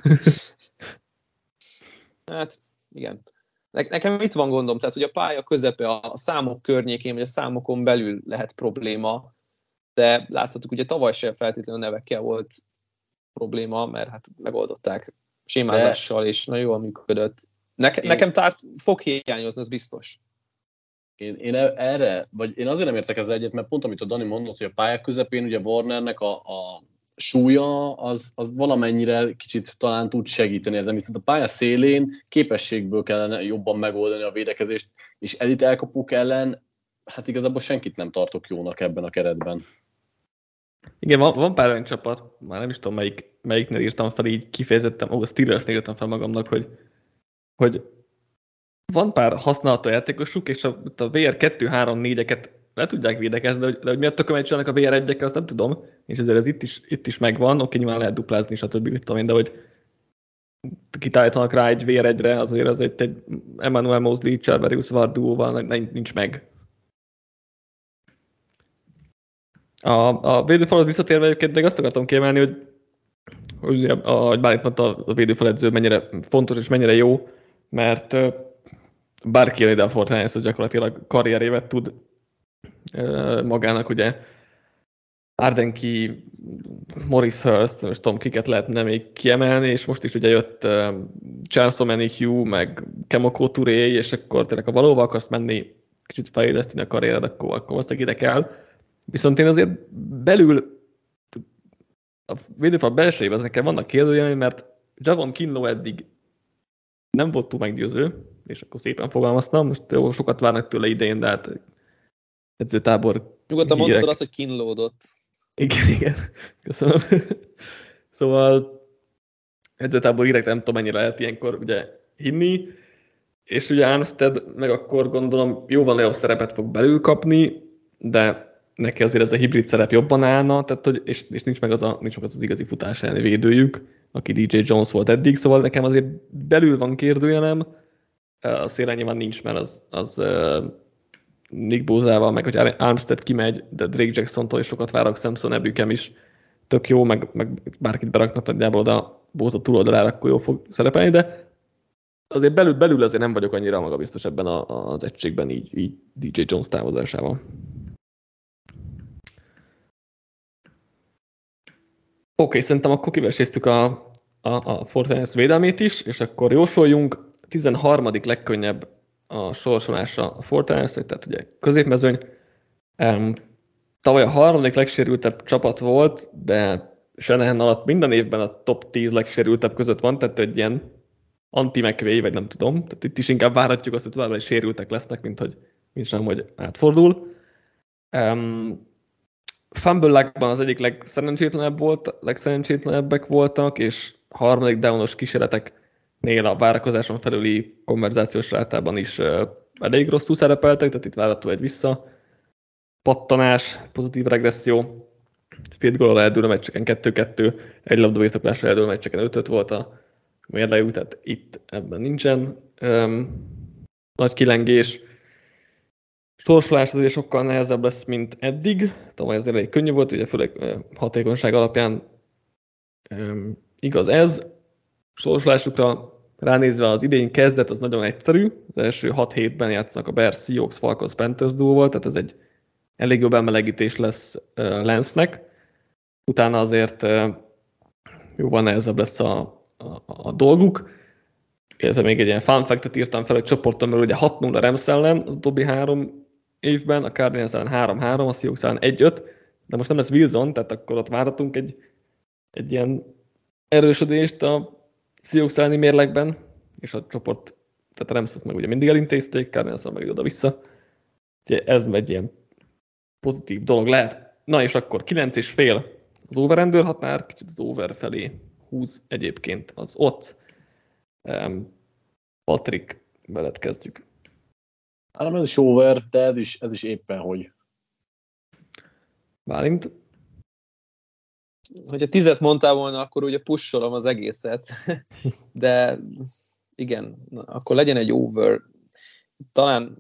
Hát, igen. Nekem itt van gondom, tehát hogy a pálya közepe, a számok környékén, vagy a számokon belül lehet probléma, de láthatjuk, ugye tavaly sem feltétlenül nevekkel volt probléma, mert hát megoldották sémázással, és nagyon jól működött. Nekem fog hiányozni, ez biztos. Én erre, vagy én azért nem értek ezzel egyet, mert pont amit a Dani mondott, hogy a pályák közepén ugye Warnernek a súlya az valamennyire kicsit talán tud segíteni ezen, viszont a pálya szélén képességből kellene jobban megoldani a védekezést, és elit elkapók ellen, hát igazából senkit nem tartok jónak ebben a keretben. Igen, van pár olyan csapat, már nem is tudom melyiknél írtam fel, így kifejezettem, a Steelersnél írtam fel magamnak, hogy van pár használható játékosuk, és a VR 2-3-4-eket le tudják védekezni, de hogy miatt tökömet csinálnak a VR 1-ekkel, azt nem tudom, és ezért ez itt is megvan, oké, nyilván lehet duplázni, stb. Mit tudom én, de hogy kitállítanak rá egy VR 1-re, azért az egy Emmanuel Mosley, Charverius Ward duóval nincs meg. A védőfalat visszatérve egyébként még azt akartam kiemelni, hogy ahogy Bálint mondta, a védőfaledző mennyire fontos és mennyire jó, mert bárki jön ide a Fortnite-hoz, gyakorlatilag karrierévet tud magának, ugye Ardenki, Morris Hurst, most tudom, kiket lehetne még kiemelni, és most is ugye jött Charles Omenihu, meg Kemoko Touré, és akkor tényleg, ha valóban akarsz menni, kicsit fejleszteni a karriered, akkor valószínűleg ide kell. Viszont én azért belül, a védőfal belsejében nekem vannak kérdőjelei, mert Javon Kinlaw eddig nem volt túl meggyőző, és akkor szépen fogalmaztam, most jó, sokat várnak tőle idén, de hát edzőtábor nyugodtan mondhatod azt, hogy kínlódott. Igen, köszönöm. Szóval edzőtábor hírek nem tudom, mennyire lehet ilyenkor ugye hinni, és ugye Armstead meg akkor gondolom jóval nagyobb szerepet fog belül kapni, de neki azért ez a hibrid szerep jobban állna, tehát, hogy, és nincs meg az igazi futás elleni védőjük, aki DJ Jones volt eddig, szóval nekem azért belül van kérdőjelem, a szélen nyilván nincs, mert az Nick Bozával, meg hogy Armstead kimegy, de Drake Jacksontól is sokat várok, Samson Ebükem is tök jó, meg bárkit beraknak nagyjából oda Boza túloldalára, akkor jó fog szerepelni, de azért belül azért nem vagyok annyira magabiztos ebben az egységben így DJ Jones távozásával. Oké, szerintem akkor kiveséztük a Fortnite védelmét is, és akkor jósoljunk. 13. legkönnyebb a sorsolása a Fortnite, tehát ugye középmezőny. Tavaly a 3. legsérültebb csapat volt, de Shanahan alatt minden évben a top 10 legsérültebb között van, tehát egy ilyen anti-McVay, vagy nem tudom. Tehát itt is inkább várhatjuk azt, hogy továbbra is sérültek lesznek, mint hogy átfordul. fumble-lákban az egyik legszerencsétlenebbek voltak, és harmadik downos kísérleteknél a várakozáson felüli konverzációs rátában is elég rosszul szerepeltek, tehát itt várható egy visszapattanás, pozitív regresszió. Field goal-al eldőlő meccseken 2-2, egy labdabirtoklásra eldőlő meccseken 5-5 volt a mérlegük, tehát itt ebben nincsen nagy kilengés. Sorsolás azért sokkal nehezebb lesz, mint eddig. Tavaly azért elég könnyű volt, ugye főleg hatékonyság alapján igaz ez. Sorsolásukra ránézve az idén kezdet az nagyon egyszerű. Az első 6 hétben játszanak a Bears, Seahawks, Falcons, Panthers duóval, tehát ez egy elég jobb elmelegítés lesz Lance-nek. Utána azért jóval nehezebb lesz a dolguk. Illetve még egy ilyen fun fact-et írtam fel, hogy csoporton belül ugye 6-0 Rams ellen az utóbbi 3 évben, a Cardinals ellen 3-3, a Seahawks ellen 1-5, de most nem lesz Wilson, tehát akkor ott várhatunk egy ilyen erősödést a Seahawks elleni mérlegben, és a csoport, tehát a Rams meg ugye mindig elintézték, Cardinals meg oda-vissza. Ugye ez egy ilyen pozitív dolog lehet. Na és akkor 9,5 az over-render határ, kicsit az over felé húz egyébként az odds. Patrik, veled kezdjük. Hát ez is over, de ez is éppen hogy. Bálint? Hogyha 10 mondtál volna, akkor ugye pusholom az egészet. De igen, akkor legyen egy over. Talán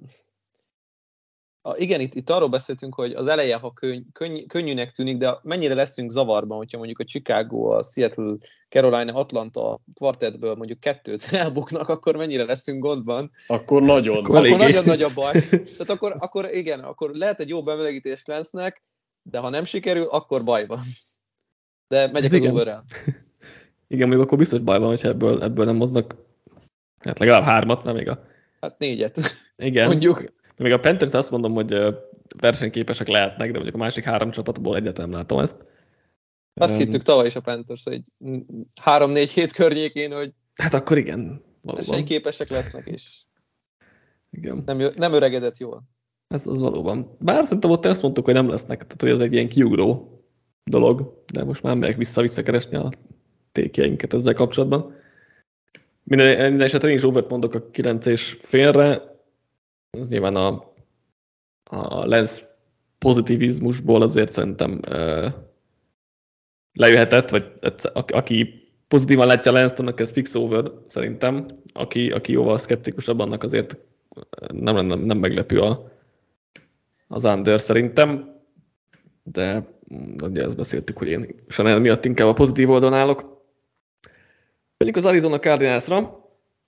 igen, itt arról beszéltünk, hogy az eleje, ha könnyűnek tűnik, de mennyire leszünk zavarban, hogyha mondjuk a Chicago, a Seattle, Carolina, Atlanta kvartettből mondjuk 2-t elbuknak, akkor mennyire leszünk gondban. Akkor nagyon. Akkor nagyon nagy a baj. Tehát akkor igen, akkor lehet egy jó bemelegítés Lance-nek, de ha nem sikerül, akkor baj van. De megyek az overrel. Igen, még akkor biztos baj van, hogyha ebből nem hoznak hát legalább 3-at, nem még Hát 4-et. Igen. Mondjuk. Még a Panthers azt mondom, hogy versenyképesek lehetnek, de mondjuk a másik 3 csapatból egyáltalán nem látom ezt. Azt hittük tavaly is a Panthers, hogy 3-4 hét környékén, hogy hát akkor igen, valóban. Versenyképesek lesznek is. Igen. Nem öregedett jól. Ez az valóban. Bár szerintem ott azt mondtuk, hogy nem lesznek, tehát hogy ez egy ilyen kiugró dolog, de most már megyek visszakeresni a tékjeinket ezzel kapcsolatban. Minden esetre én is overt mondok a 9,5-re, ez nyilván a Lance pozitivizmusból azért szerintem lejöhetett, vagy aki pozitívan látja Lance-t, annak ez fix over szerintem, aki jóval szkeptikusabb, annak azért nem meglepő az under szerintem, de ugye ezt beszéltük, hogy én Chanel miatt inkább a pozitív oldalon állok. Menjünk az Arizona Cardinalsra.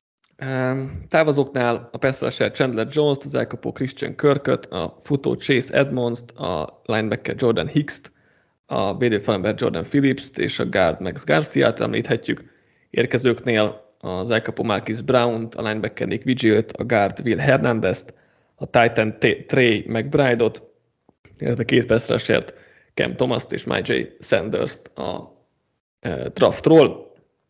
Távozóknál a pass rusher Chandler Jones-t, az elkapó Christian Kirköt, a futó Chase Edmonds-t, a linebacker Jordan Hicks-t, a védőfalember Jordan Phillips-t és a guard Max Garcia-t említhetjük. Érkezőknél az elkapó Marquise Brown-t, a linebacker Nick Vigil-t, a guard Will Hernandez-t, a Titan Trey McBride-ot, illetve 2 pass rushert, Cam Thomas-t és Myjai Sanders-t a draftról.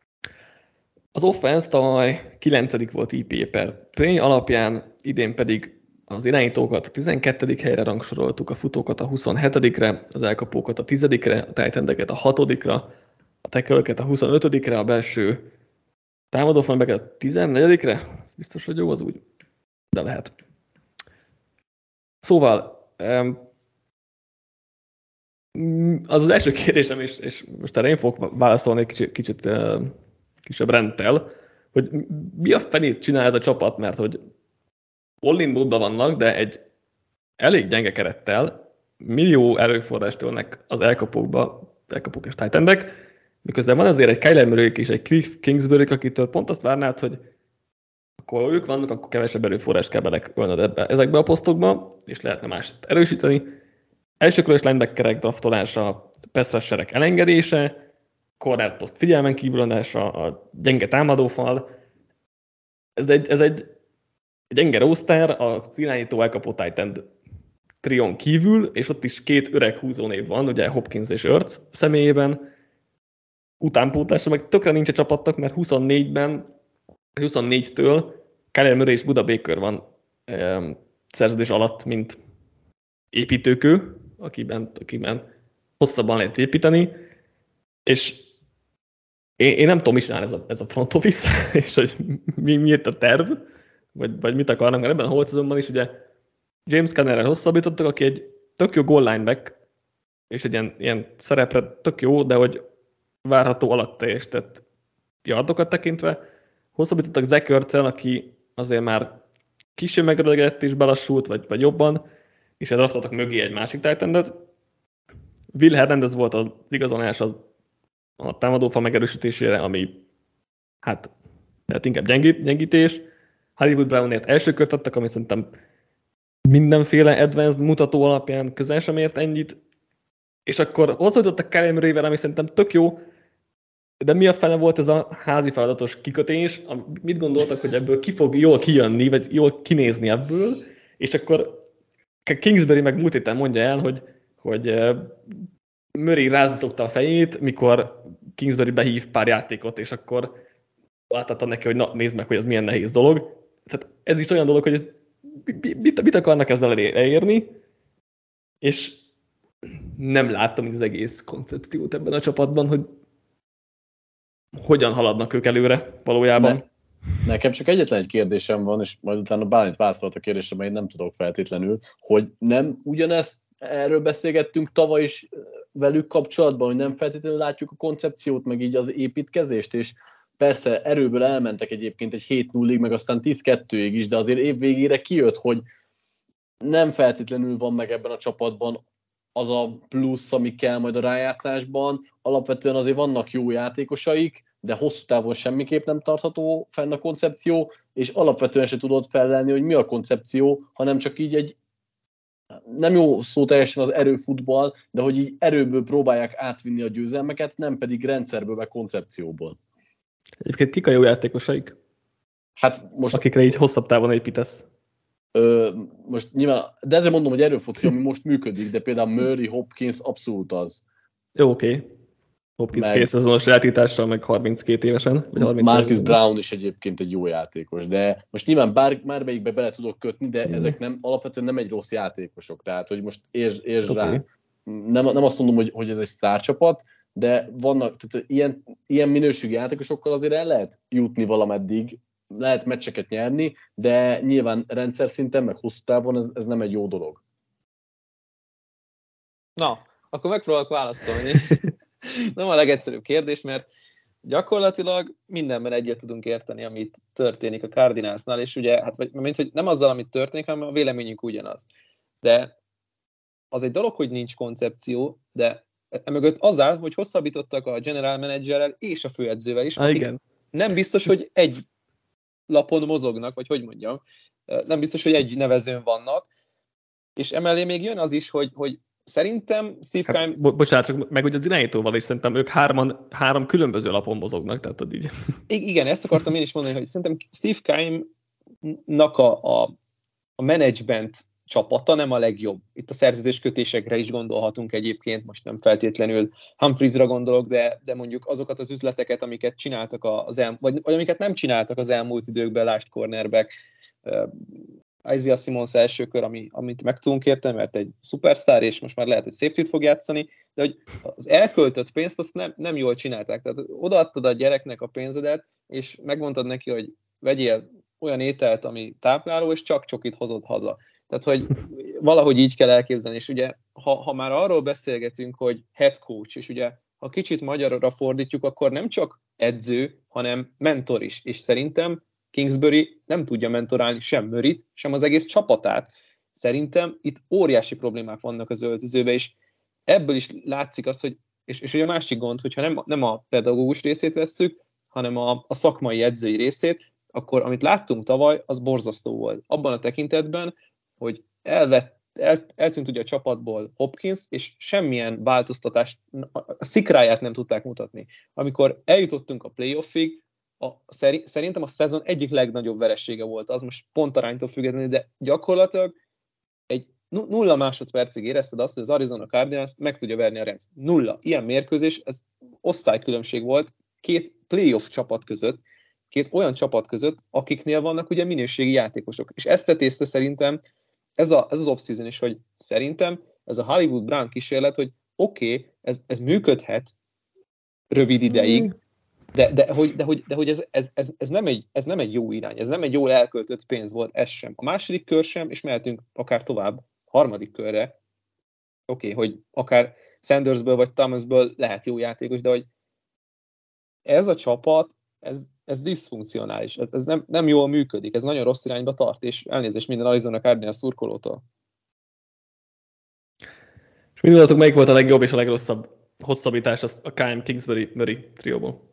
Az offense tavaly 9. volt EPA per play alapján, idén pedig az irányítókat a 12. helyre rangsoroltuk, a futókat a 27-re, az elkapókat a 10-re, a tight endeket a 6-ra, a tackle-öket a 25-re, a belső támadófalembeket a 14-re. Ez biztos, hogy jó az úgy, de lehet. Szóval az első kérdésem, és most erre én fogok válaszolni egy kicsit kisebb rendtel, hogy mi a fenét csinál ez a csapat, mert hogy all-in módban vannak, de egy elég gyenge kerettel, millió erőforrást tölnek az elkapókba, elkapók és tight endek, miközben van azért egy Kyler Murray és egy Cliff Kingsbury, akitől pont azt várnád, hogy akkor ők vannak, akkor kevesebb erőforrást kell belekölnöd ezekbe a posztokba, és lehetne mást erősíteni. Elsőkörös linebackerek draftolása, pass rusherek elengedése, corner poszt figyelmen kívüladása, a gyenge támadófal. Ez egy gyenge roster, az irányító elkapó tight end trión kívül, és ott is 2 öreg húzónév van, ugye Hopkins és Ertz személyében. Utánpótlása meg tökre nincs a csapatnak, mert 24-től Kyler Murray és Buda Baker van szerződés alatt, mint építőkő, akiben hosszabban lehet építeni, és én nem tudom, mit csinál ez a front office, és hogy mi itt a terv, vagy mit akarnak, mert ebben a Holt is ugye James Connerrel hosszabbítottak, aki egy tök jó goal line back, és egy ilyen szerepre tök jó, de hogy várható alatt teljesített yardokat tekintve. Hosszabbítottak Zach Ertzel, aki azért már kicsi megrölegedett és belassult, vagy jobban, és draftoltak mögé egy másik tight endet. Will Hernandez volt az igazolás a támadófal megerősítésére, ami hát inkább gyengítés. Hollywood Brownért első kört adtak, ami szerintem mindenféle advanced mutató alapján közel sem ért ennyit. És akkor hozzáadottak Kyle Murrayvel, ami szerintem tök jó, de mi a fene volt ez a házi feladatos kikötés? Mit gondoltak, hogy ebből ki fog jól kijönni, vagy jól kinézni ebből? És akkor Kingsbury meg múlt héten mondja el, hogy Murray rázni szokta a fejét, mikor Kingsbury behív pár játékot, és akkor láthatta neki, hogy na, nézd meg, hogy ez milyen nehéz dolog. Tehát ez is olyan dolog, hogy mit akarnak ezzel elérni, és nem láttam az egész koncepciót ebben a csapatban, hogy hogyan haladnak ők előre valójában. Nekem csak egyetlen egy kérdésem van, és majd utána Bálint válaszolt a kérdésre, mert én nem tudok feltétlenül, hogy nem ugyanezt erről beszélgettünk tavaly is velük kapcsolatban, hogy nem feltétlenül látjuk a koncepciót, meg így az építkezést, és persze erőből elmentek egyébként egy 7-0-ig, meg aztán 10-2-ig is, de azért év végére kijött, hogy nem feltétlenül van meg ebben a csapatban az a plusz, ami kell majd a rájátszásban. Alapvetően azért vannak jó játékosaik, de hosszú távon semmiképp nem tartható fenn a koncepció, és alapvetően se tudod felelni, hogy mi a koncepció, hanem csak így egy nem jó szó teljesen az erőfutball, de hogy így erőből próbálják átvinni a győzelmeket, nem pedig rendszerből, meg koncepcióból. Egyébként kik a jó játékosaik? Hát most, akikre így hosszabb távon építesz? Most nyilván, de ezért mondom, hogy erőfoci, ami most működik, de például Murray, Hopkins abszolút az. Jó, oké. Hopkins félszezonos játítással, meg 32 évesen. Vagy Marcus Brown is egyébként egy jó játékos, de most nyilván bármelyikbe bele tudok kötni, de ezek nem, alapvetően nem egy rossz játékosok, tehát hogy most értsd rá. Nem azt mondom, hogy ez egy szárcsapat, de vannak, tehát ilyen minőségi játékosokkal azért el lehet jutni valameddig, lehet meccseket nyerni, de nyilván rendszer szinten, meg hosszú távon ez nem egy jó dolog. Na, akkor megpróbálok válaszolni. Nem a legegyszerűbb kérdés, mert gyakorlatilag mindenben egyet tudunk érteni, amit történik a Cardinalsnál, és ugye, hát mint hogy nem azzal, amit történik, hanem a véleményünk ugyanaz. De az egy dolog, hogy nincs koncepció, de emögött az áll, hogy hosszabbítottak a general managerrel és a főedzővel is, igen. Nem biztos, hogy egy lapon mozognak, vagy hogy mondjam, nem biztos, hogy egy nevezőn vannak, és emellé még jön az is, hogy szerintem Steve Keim... Bocsánat, csak meg ugye az irányítóval is szerintem ők három különböző lapon mozognak, tehát hogy így... Igen, ezt akartam én is mondani, hogy szerintem Steve Keimnak a management csapata nem a legjobb. Itt a szerződéskötésekre is gondolhatunk egyébként, most nem feltétlenül Humphriesra gondolok, de mondjuk azokat az üzleteket, amiket csináltak vagy amiket nem csináltak az elmúlt időkben, lásd cornerback, Isaiah Simmons első kör, amit meg tudunk érteni, mert egy szupersztár, és most már lehet, hogy safety-t fog játszani, de hogy az elköltött pénzt azt nem jól csinálták. Tehát odaadtad a gyereknek a pénzedet, és megmondtad neki, hogy vegyél olyan ételt, ami tápláló, és csak csokit hozod haza. Tehát, hogy valahogy így kell elképzelni, és ugye, ha már arról beszélgetünk, hogy head coach, és ugye, ha kicsit magyarra fordítjuk, akkor nem csak edző, hanem mentor is, és szerintem Kingsbury nem tudja mentorálni sem Murrayt, sem az egész csapatát. Szerintem itt óriási problémák vannak az öltözőben, és ebből is látszik az, hogy, és ugye a másik gond, hogyha nem a pedagógus részét vesszük, hanem a szakmai edzői részét, akkor amit láttunk tavaly, az borzasztó volt. Abban a tekintetben, hogy eltűnt ugye a csapatból Hopkins, és semmilyen változtatást, a szikráját nem tudták mutatni. Amikor eljutottunk a playoffig, szerintem a szezon egyik legnagyobb veresége volt az, most pontaránytól függetlenül, de gyakorlatilag egy 0 másodpercig érezted azt, hogy az Arizona Cardinals meg tudja verni a Rams. 0. Ilyen mérkőzés, ez osztálykülönbség volt két playoff csapat között, két olyan csapat között, akiknél vannak ugye minőségi játékosok. És ezt tetézte szerintem ez az off-season is, hogy szerintem ez a Hollywood Brown kísérlet, hogy oké, ez működhet rövid ideig, de hogy ez nem egy jó irány, ez nem egy jól elköltött pénz volt, ez sem. A második kör sem, és mehetünk akár tovább, harmadik körre. Oké, hogy akár Sandersből vagy Thomasből lehet jó játékos, de hogy ez a csapat, ez diszfunkcionális, ez nem jól működik, ez nagyon rossz irányba tart, és elnézést minden Arizona Cardinals szurkolótól. És mi gondoltok, melyik volt a legjobb és a legrosszabb hosszabbítás a Kyle Kingsbury trióból?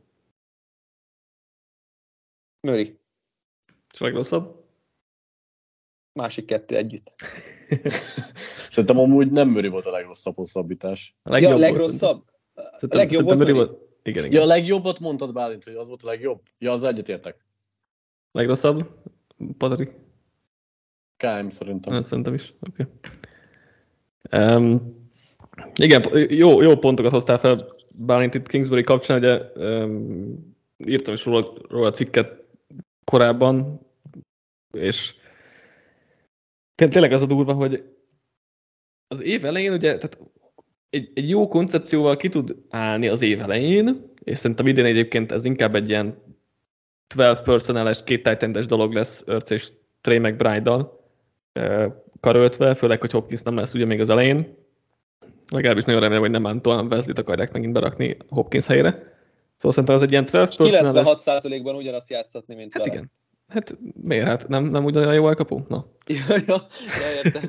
Murray. És a legrosszabb? Másik kettő együtt. Szerintem amúgy nem Murray volt a legrosszabb hosszabbítás. A legrosszabb? A legjobb volt Murray? Igen. Ja, a legjobbat mondtad, Bálint, hogy az volt a legjobb? Ja, az egyetértek. Legrosszabb? Patrik? KM szerintem. Szerintem is. Okay. Igen, jó pontokat hoztál fel Bálint itt Kingsbury kapcsán, ugye írtam is róla cikket korábban, és tényleg az a durva, hogy az év elején ugye, tehát egy jó koncepcióval ki tud állni az év elején, és szerintem idén egyébként ez inkább egy ilyen 12 personnel-es, 2 tight end-es dolog lesz Ertz és Trey McBride-dal karöltve, főleg, hogy Hopkins nem lesz ugye még az elején. Legalábbis nagyon remélem, hogy nem Antoine Wesley-t akarják megint berakni Hopkins helyére. Szóval szerintem az egy ilyen 12 personnel-es... 96%-ban ugyanazt játszatni, mint hát vele. Igen. Hát miért? Hát nem ugyanolyan jó elkapó? Na. Ja, értem.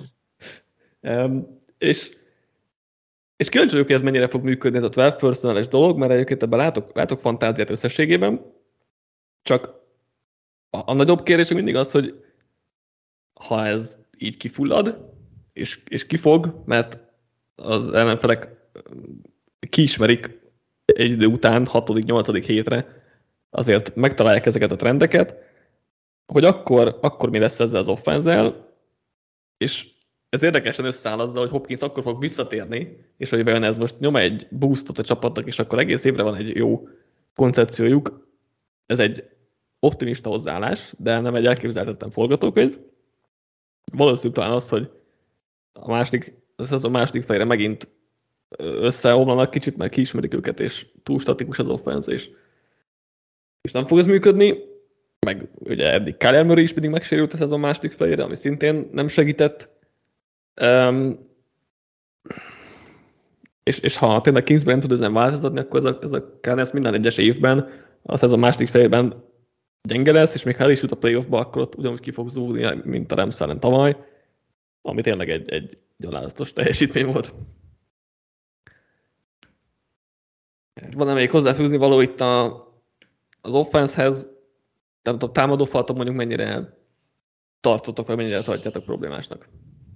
És kíváncsi vagyok, hogy ez mennyire fog működni ez a 12 personnel-es dolog, mert egyébként ebben látok fantáziát összességében. Csak a nagyobb kérdés mindig az, hogy ha ez így kifullad, és kifog, mert az ellenfelek kiismerik egy idő után, 6.-8. hétre, azért megtalálják ezeket a trendeket, hogy akkor mi lesz ezzel az offenzel, és ez érdekesen összeáll azzal, hogy Hopkins akkor fog visszatérni, és hogy vajon ez most nyom egy boostot a csapatnak, és akkor egész évre van egy jó koncepciójuk. Ez egy optimista hozzáállás, de nem egy elképzelhetetlen forgatókönyv. Valószínűleg talán az, hogy a második fejre megint összeomlanak kicsit, mert kiismerik őket, és túl statikus az offense, és nem fog ez működni. Meg ugye eddig Kyler Murray is pedig megsérült a szezon második fejére, ami szintén nem segített. És ha tényleg Kingsbury nem tud ezen változtatni, akkor ez a Cardinals minden egyes évben a szezon második fejében gyenge lesz, és még ha el is jut a playoffba, akkor ott ugyanúgy ki fog zúgni, mint a Rams ellen tavaly, ami tényleg egy gyalázatos teljesítmény volt. Van-e még hozzáfűzni való itt az offensehez? Tehát a támadó falton mondjuk mennyire tartotok, vagy mennyire tartjátok problémásnak?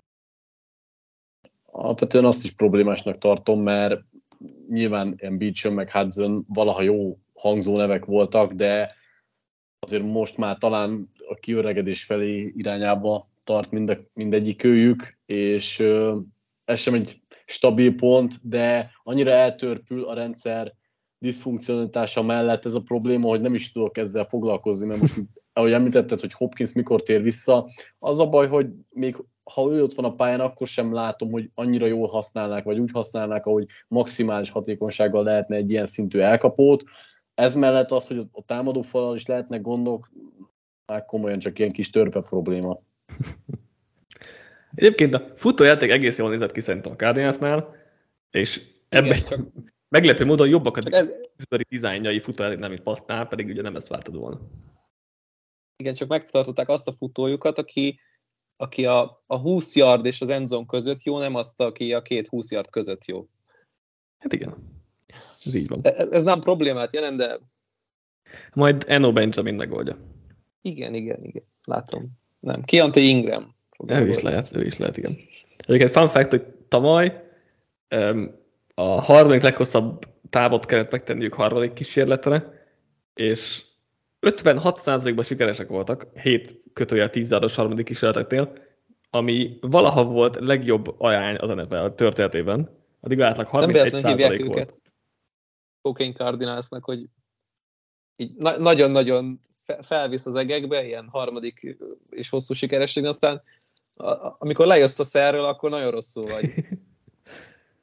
Alapvetően azt is problémásnak tartom, mert nyilván ilyen Beachum meg Hudson valaha jó hangzó nevek voltak, de azért most már talán a kiöregedés felé irányába tart mindegyik őjük, és ez sem egy stabil pont, de annyira eltörpül a rendszer diszfunkcionalitása mellett ez a probléma, hogy nem is tudok ezzel foglalkozni, mert most, ahogy említetted, hogy Hopkins mikor tér vissza, az a baj, hogy még ha ő ott van a pályán, akkor sem látom, hogy annyira jól használnák, vagy úgy használnák, ahogy maximális hatékonysággal lehetne egy ilyen szintű elkapót. Ez mellett az, hogy a támadófallal is lehetnek gondok, már komolyan csak ilyen kis törpe probléma. Egyébként a futójáték egész jól nézett ki szerintem a Cardinalsnál, és ebben meglepő módon jobbak a dizájnjai futójáték, nem itt passznál, pedig ugye nem ezt vártad volna. Igen, csak megtartották azt a futójukat, aki a 20 yard és az endzone között jó, nem azt, aki a két 20 yard között jó. Hát igen, ez így van. Ez nem problémát jelent, de... Majd Eno Benjamin megoldja. Igen, látom. Nem, Keontae Ingram. Ő is lehet, igen. Egyébként fun fact, hogy tavaly a harmadik leghosszabb távot kellett megtenniük harmadik kísérletre, és 56%-ban sikeresek voltak, 7-10 yardos harmadik kísérleteknél, ami valaha volt legjobb arány az NFL történetében. Addig átlag 31% volt. Őket Cocaine Cardinalsnak, hogy így nagyon-nagyon felvisz az egekbe, ilyen harmadik és hosszú sikeresség, aztán amikor lejössz a szerről, akkor nagyon rosszul vagy.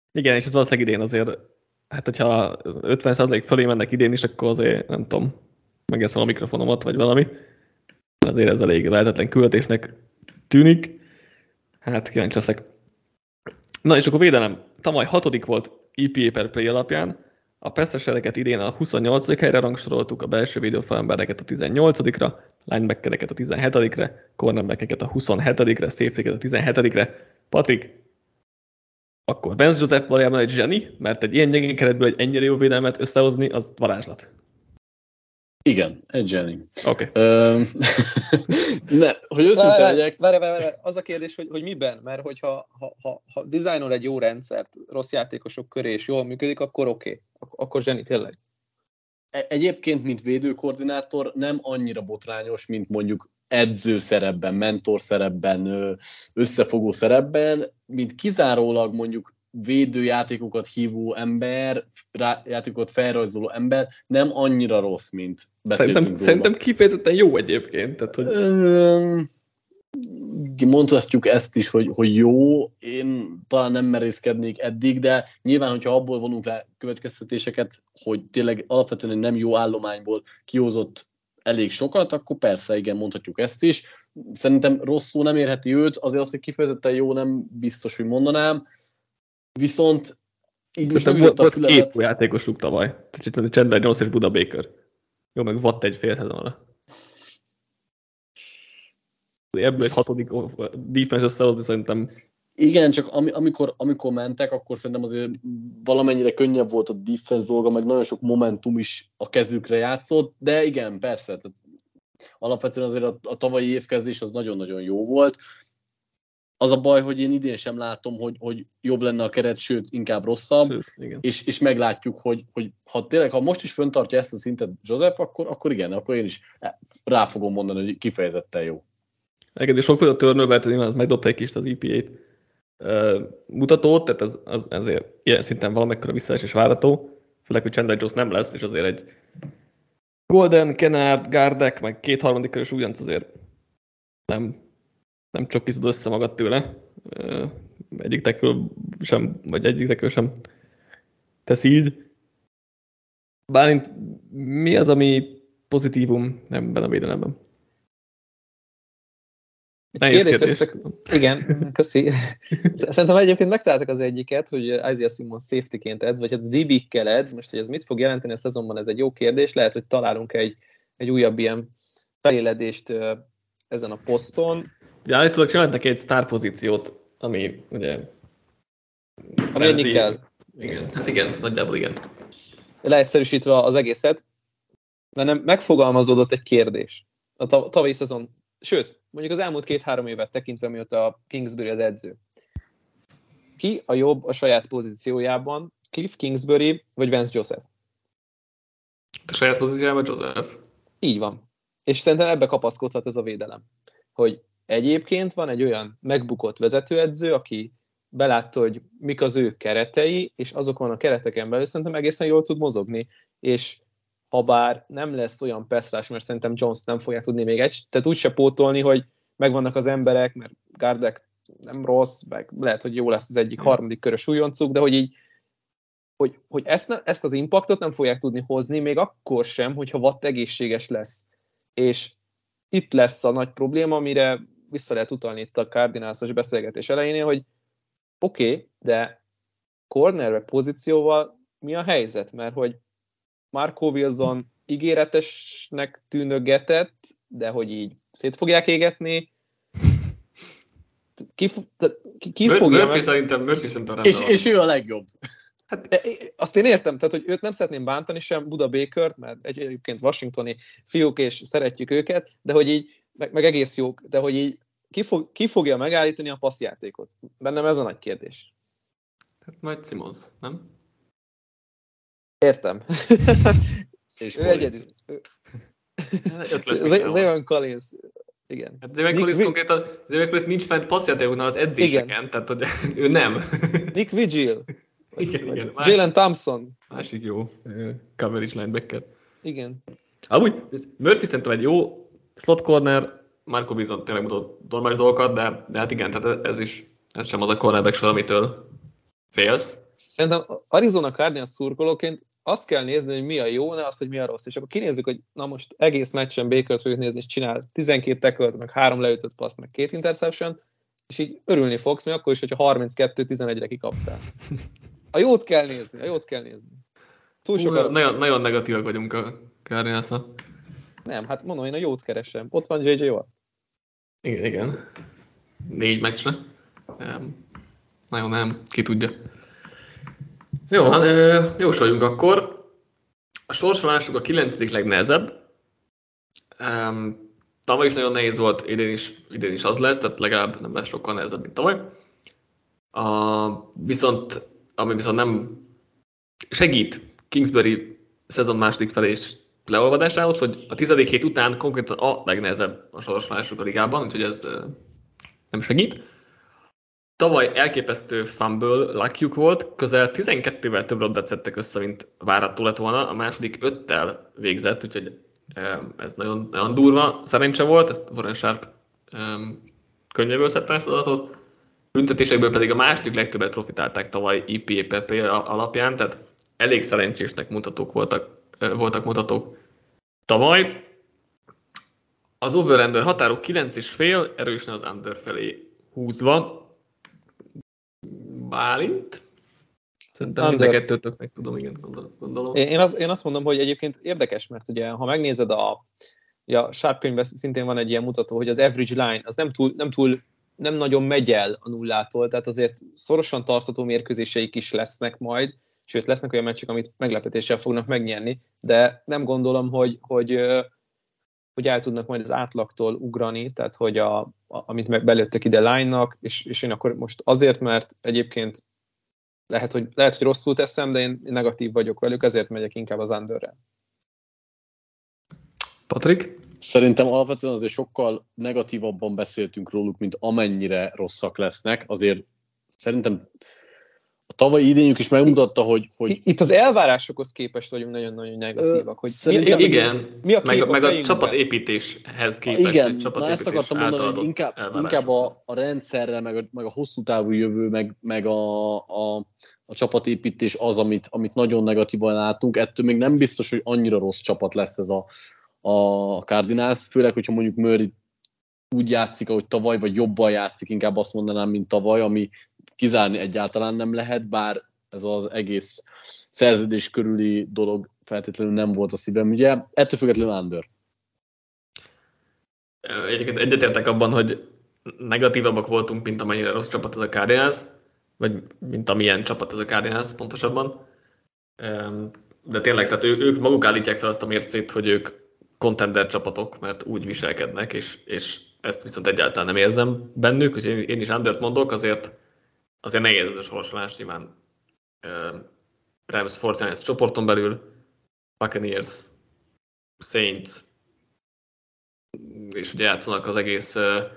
Igen, és ez valószínűleg idén azért, hát hogyha 50% fölé mennek idén is, akkor azért nem tudom, megeszem a mikrofonomat, vagy valami. Azért ez elég lehetetlen küldetésnek tűnik. Hát kíváncsi leszek. Na és akkor védelem. Tavaly 6. volt EPA per play alapján. A pass-esereket idén a 28. helyre rangsoroltuk, a belső védőfalembereket a 18-ra, linebackereket a 17-re, cornerbackeket a 27-re, safety-ket a 17-re. Patrik, akkor Vance Joseph valójában egy zseni, mert egy ilyen gyengén keretből egy ennyire jó védelmet összehozni, az varázslat. Igen, egy zseni. Oké. Hogy őszinte legyek... Várj, az a kérdés, hogy miben? Mert hogyha ha dizájnol egy jó rendszert rossz játékosok köré és jól működik, akkor oké. Akkor zseni, tényleg. Egyébként, mint védőkoordinátor nem annyira botrányos, mint mondjuk edző szerepben, mentor szerepben, összefogó szerepben, mint kizárólag mondjuk védőjátékokat hívó ember, játékokat felrajzoló ember, nem annyira rossz, mint beszéltünk róla. Szerintem kifejezetten jó egyébként. Tehát, hogy... Mondhatjuk ezt is, hogy jó, én talán nem merészkednék eddig, de nyilván, hogyha abból vonunk le következtetéseket, hogy tényleg alapvetően egy nem jó állományból kihozott elég sokat, akkor persze, igen, mondhatjuk ezt is. Szerintem rosszul nem érheti őt, azért az, hogy kifejezetten jó, nem biztos, hogy mondanám. Viszont így most megütött a fülemet. Két játékosuk tavaly. Chandler Jones és Buda Baker. Jó, meg Watt egy fél szezonra. Ebből egy 6. defense összehozni szerintem. Igen, csak amikor mentek, akkor szerintem azért valamennyire könnyebb volt a defense dolga, meg nagyon sok momentum is a kezükre játszott, de igen, persze. Tehát alapvetően azért a tavalyi évkezdés az nagyon-nagyon jó volt. Az a baj, hogy én idén sem látom, hogy jobb lenne a keret, sőt, inkább rosszabb, és meglátjuk, hogy ha most is föntartja ezt a szintet Joseph, akkor igen, akkor én is rá fogom mondani, hogy kifejezetten jó. És sok volt a turnover, tehát az megdobta egy kicsit az EPA-t mutatót, tehát az azért ilyen szinten valamekkora visszaesés várható, főleg, hogy Chandler Jones nem lesz, és azért egy Golden, Kennard, Gardek, meg 2 harmadik körös újonc azért nem csak kiszed össze magad tőle. Egyik tekül sem tesz így. Bálint, mi az, ami pozitívum ebben a védelemben? Igen, köszi. Szerintem egyébként megtaláltak az egyiket, hogy Isaiah Simmons safety-ként edz, vagy hát a DB-kkel edz. Most, hogy ez mit fog jelenteni a szezonban, ez egy jó kérdés. Lehet, hogy találunk egy újabb ilyen feléledést ezen a poszton. Ugye állítólag csináltak egy sztár pozíciót, ami ugye... Ami ennyi kell. Igen, hát igen, nagyjából igen. Leegyszerűsítve az egészet, mert nem megfogalmazódott egy kérdés. A tavalyi szezon, sőt, mondjuk az elmúlt 2-3 évet tekintve, mióta a Kingsbury az edző. Ki a jobb a saját pozíciójában? Cliff Kingsbury vagy Vance Joseph? A saját pozíciójában Joseph. Így van. És szerintem ebbe kapaszkodhat ez a védelem. Hogy egyébként van egy olyan megbukott vezetőedző, aki belátta, hogy mik az ő keretei, és azokon a kereteken belül szerintem egészen jól tud mozogni, és ha bár nem lesz olyan passzrás, mert szerintem Jones nem fogják tudni még tehát úgyse pótolni, hogy megvannak az emberek, mert Gardek nem rossz, meg lehet, hogy jó lesz az egyik harmadik körös újoncuk, de hogy így hogy ezt az impaktot nem fogják tudni hozni, még akkor sem, hogyha Watt egészséges lesz. És itt lesz a nagy probléma, amire vissza lehet utalni itt a Cardinals-os beszélgetés elejénél, hogy oké, de cornerback pozícióval mi a helyzet? Mert hogy Marco Wilson ígéretesnek tűnögetett, de hogy így szét fogják égetni. Ki fogja meg? Szerintem és ő a legjobb. Hát, azt én értem, tehát hogy őt nem szeretném bántani sem, Buda Bakert, mert egyébként washingtoni fiúk, és szeretjük őket, de hogy így, meg egész jók, de hogy így ki fogja megállítani a passzjátékot? Bennem ez a nagy kérdés. Hát majd Simmons, nem? Értem. És ő egyedül. Zayvon Collins. Igen. Hát Zayvon Collins konkrétan, Zayvon Collins nincs fent passzjátékoknál az edzéseken, igen. Tehát hogy ő nem. Nick Vigil. Igen. Jalen Thompson. Másik jó coverage linebacker. Igen. Amúgy Murphy szerintem egy jó slot corner, Marco Wilson tényleg mutat normális dolgokat, de hát igen, tehát ez sem az a cornerback sor, amitől félsz. Szerintem Arizona Cardinals szurkolóként azt kell nézni, hogy mi a jó, ne azt, hogy mi a rossz. És akkor kinézzük, hogy na most egész meccsen Bakers fogjuk nézni, és csinál 12 tackle-t, meg 3 leütött paszt, meg 2 interception, és így örülni fogsz, mi akkor is, hogyha 32-11-re kikaptál. A jót kell nézni. Túl sok nagyon negatívak vagyunk a Cardinals-ra. Nem, hát mondom, én a jót keresem. Ott van J.J. Watt. Igen. 4 meccsre. Nagyon nem, ki tudja. Jó, jósoljunk akkor. A sorsolásuk a 9. legnehezebb. Tavaly is nagyon nehéz volt, idén is az lesz, tehát legalább nem lesz sokkal nehezebb, mint tavaly. Ami viszont nem segít Kingsbury szezon második felés leolvadásához, hogy a 10. hét után konkrétan a legnehezebb a sorsolásuk a ligában, úgyhogy ez nem segít. Tavaly elképesztő fumble luckjuk volt, közel 12-vel több labdát szedtek össze, mint várható lett volna, a második 5-tel végzett, úgyhogy ez nagyon, nagyon durva szerencse volt, ezt Warren Sharp könnyeből szedte ezt az adatot. Büntetésekből pedig a második legtöbbet profitálták tavaly EPA alapján, tehát elég szerencsésnek voltak mutatók tavaly. Az over-under határok 9,5, erősen az under felé húzva. Bálint? Szerintem mind a kettőtöknek tudom, igen, gondolom. Én azt mondom, hogy egyébként érdekes, mert ugye, ha megnézed a Sharp könyvben szintén van egy ilyen mutató, hogy az average line az nem nagyon megy el a nullától, tehát azért szorosan tartható mérkőzéseik is lesznek majd, sőt lesznek olyan meccsek, amit meglepetéssel fognak megnyerni, de nem gondolom, hogy el tudnak majd az átlagtól ugrani, tehát hogy amit belőttek ide line-nak, és én akkor most azért, mert egyébként lehet, hogy rosszul teszem, de én negatív vagyok velük, ezért megyek inkább az underre. Patrik? Szerintem alapvetően azért sokkal negatívabban beszéltünk róluk, mint amennyire rosszak lesznek. Azért szerintem a tavalyi idényük is megmutatta, hogy... Itt az elvárásokhoz képest vagyunk nagyon-nagyon negatívak. Hogy igen, mi a kép meg a csapatépítéshez képest. Igen, ezt akartam mondani, hogy inkább a rendszerre, meg a hosszú távú jövő, meg a csapatépítés az, amit nagyon negatívan látunk. Ettől még nem biztos, hogy annyira rossz csapat lesz ez a Cardinals, főleg, hogyha mondjuk Murray úgy játszik, ahogy tavaly, vagy jobban játszik, inkább azt mondanám, mint tavaly, ami kizárni egyáltalán nem lehet, bár ez az egész szerződés körüli dolog feltétlenül nem volt a szívem, ugye? Ettől függetlenül under. Egyébként egyetértek abban, hogy negatívabbak voltunk, mint amennyire rossz csapat ez a Cardinals, vagy mint amilyen csapat ez a Cardinals pontosabban. De tényleg, tehát ők maguk állítják fel azt a mércét, hogy ők contender csapatok, mert úgy viselkednek, és ezt viszont egyáltalán nem érzem bennük, úgyhogy én is undert mondok, azért nehéz ez a sorsolás, nyilván Rams 49 csoporton belül, Buccaneers, Saints, és ugye játszanak az egész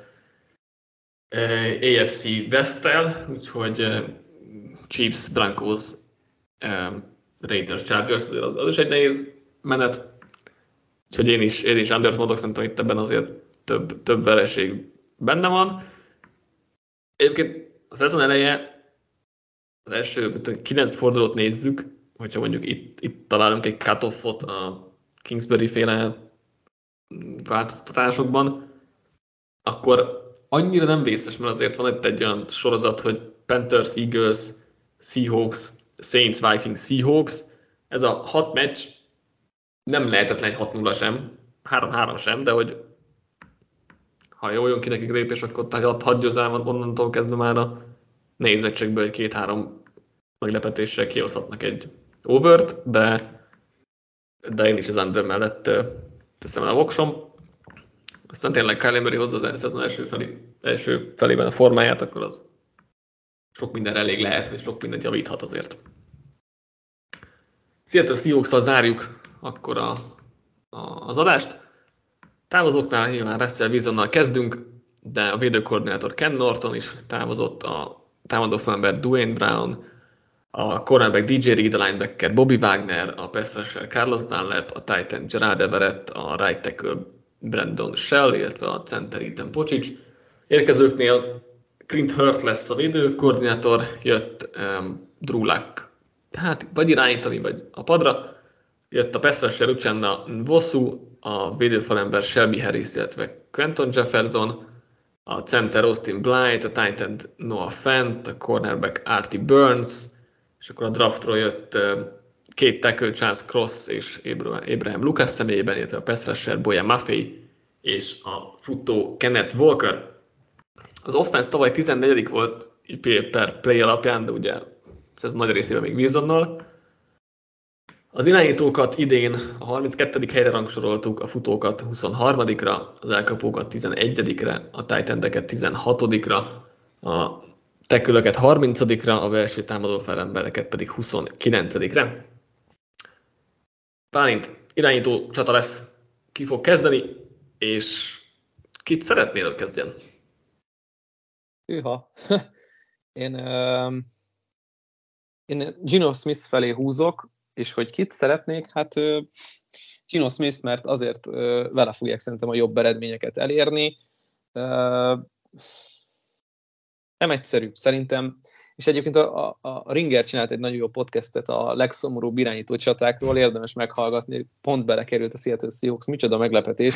AFC West-tel, úgyhogy Chiefs, Broncos, Raiders, Chargers, az is egy nehéz menet. Úgyhogy én is undert mondok, szerintem itt ebben azért több vereség benne van. Egyébként a szezon eleje, az első 9 fordulót nézzük, hogyha mondjuk itt találunk egy cut-offot a Kingsbury-féle változtatásokban, akkor annyira nem vészes, mert azért van itt egy olyan sorozat, hogy Panthers, Eagles, Seahawks, Saints, Vikings, Seahawks. Ez a 6 meccs nem lehetetlen egy 6-0 sem, 3-3 sem, de hogy ha jól jön ki nekik lépés, akkor hadd onnantól kezdve már a nehéz meccsekből egy 2-3 meglepetéssel kihozhatnak egy overt, de én is az under mellett teszem el a voksom. Aztán tényleg Kyler Murray hozza a szezon első felében a formáját, akkor az sok minden elég lehet, vagy sok mindent javíthat azért. Seattle Seahawks-szal zárjuk akkor az adást. Távozóknál nyilván Russell Wilsonnal kezdünk, de a védőkoordinátor Ken Norton is távozott, a támadó falember Dwayne Brown, a cornerback DJ Reed, a linebacker Bobby Wagner, a pass rusher Carlos Dunlap, a tight end Gerard Everett, a right tackle Brandon Shell, illetve a center Ethan Pocic. Érkezőknél Clint Hurt lesz a védőkoordinátor, jött Drew Luck, hát vagy irányítani, vagy a padra. Jött a pass rusher Uchenna Nwosu, a védőfalember Shelby Harris, illetve Quentin Jefferson, a center Austin Blythe, a tight end Noah Fant, a cornerback Artie Burns, és akkor a draftról jött két tackle, Charles Cross és Abraham Lucas személyében, illetve a pass rusher Boya Maffei és a futó Kenneth Walker. Az offense tavaly 14. volt IP per play alapján, de ugye ez nagy részében még Wilsonnal. Az irányítókat idén a 32. helyre rangsoroltuk, a futókat 23-ra, az elkapókat 11-re, a tight endeket 16-ra, a tackle-öket 30-ra, a belső támadó felembereket pedig 29-re. Bálint, irányító csata lesz, ki fog kezdeni, és kit szeretnél, hogy kezdjen? Hűha. Én Geno Smith felé húzok, és hogy kit szeretnék, hát Geno Smith, mert azért vele fogják szerintem a jobb eredményeket elérni. Nem egyszerű, szerintem. És egyébként a Ringer csinált egy nagyon jó podcastet a legszomorúbb irányító csatákról, érdemes meghallgatni, pont belekerült a Seattle Seahawks, micsoda meglepetés.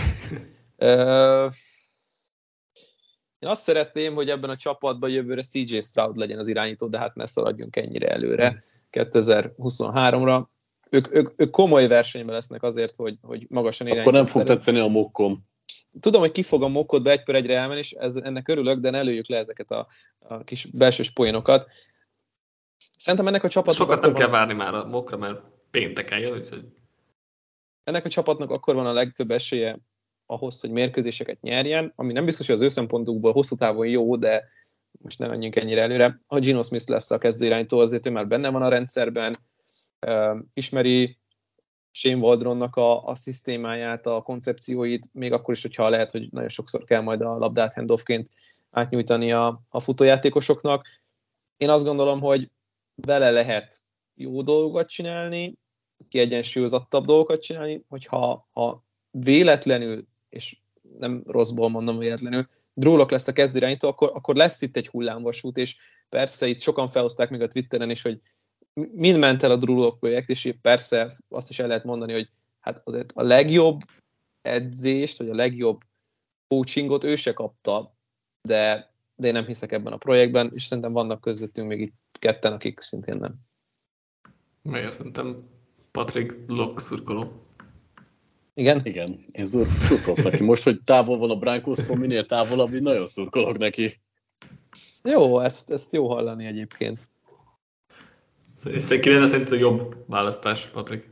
Én azt szeretném, hogy ebben a csapatban jövőre CJ Stroud legyen az irányító, de hát ne szaladjunk ennyire előre 2023-ra. Ők komoly versenyben lesznek azért, hogy magasan irányító. Akkor nem fog tetszeni a mokkom. Tudom, hogy ki fog a mokkodba 1-1-re elmenni, és ennek örülök, de ne lőjük le ezeket a kis belsős poénokat. Szerintem ennek a csapatnak... Sokat nem kell várni már a mokra, mert pénteken jön, úgyhogy... Ennek a csapatnak akkor van a legtöbb esélye ahhoz, hogy mérkőzéseket nyerjen, ami nem biztos, hogy az ő szempontukból hosszú távon jó, de most nem menjünk ennyire előre. Ha Geno Smith lesz a kezdőirányító, azért ő már benne van a rendszerben, ismeri Shane Waldronnak a szisztémáját, a koncepcióit, még akkor is, hogyha lehet, hogy nagyon sokszor kell majd a labdát handoffként átnyújtani a futójátékosoknak. Én azt gondolom, hogy vele lehet jó dolgokat csinálni, kiegyensúlyozottabb dolgokat csinálni, hogyha véletlenül, és nem rosszból mondom véletlenül, Drew Lock lesz a kezdőirányító, akkor lesz itt egy hullámvasút, és persze itt sokan felhozták még a Twitteren is, hogy mind ment el a Drew Lock projekt, és persze azt is el lehet mondani, hogy hát azért a legjobb edzést, vagy a legjobb coachingot ő se kapta, de én nem hiszek ebben a projektben, és szerintem vannak közöttünk még itt ketten, akik szintén nem. Miért szerintem Patrick Lock szurkoló. Igen? Igen, én szurkolok neki. Most, hogy távol van a Broncos-tól, minél távolabb, így nagyon szurkolok neki. Jó, ezt jó hallani egyébként. És ki lenne szerintem jobb választás, Patrik?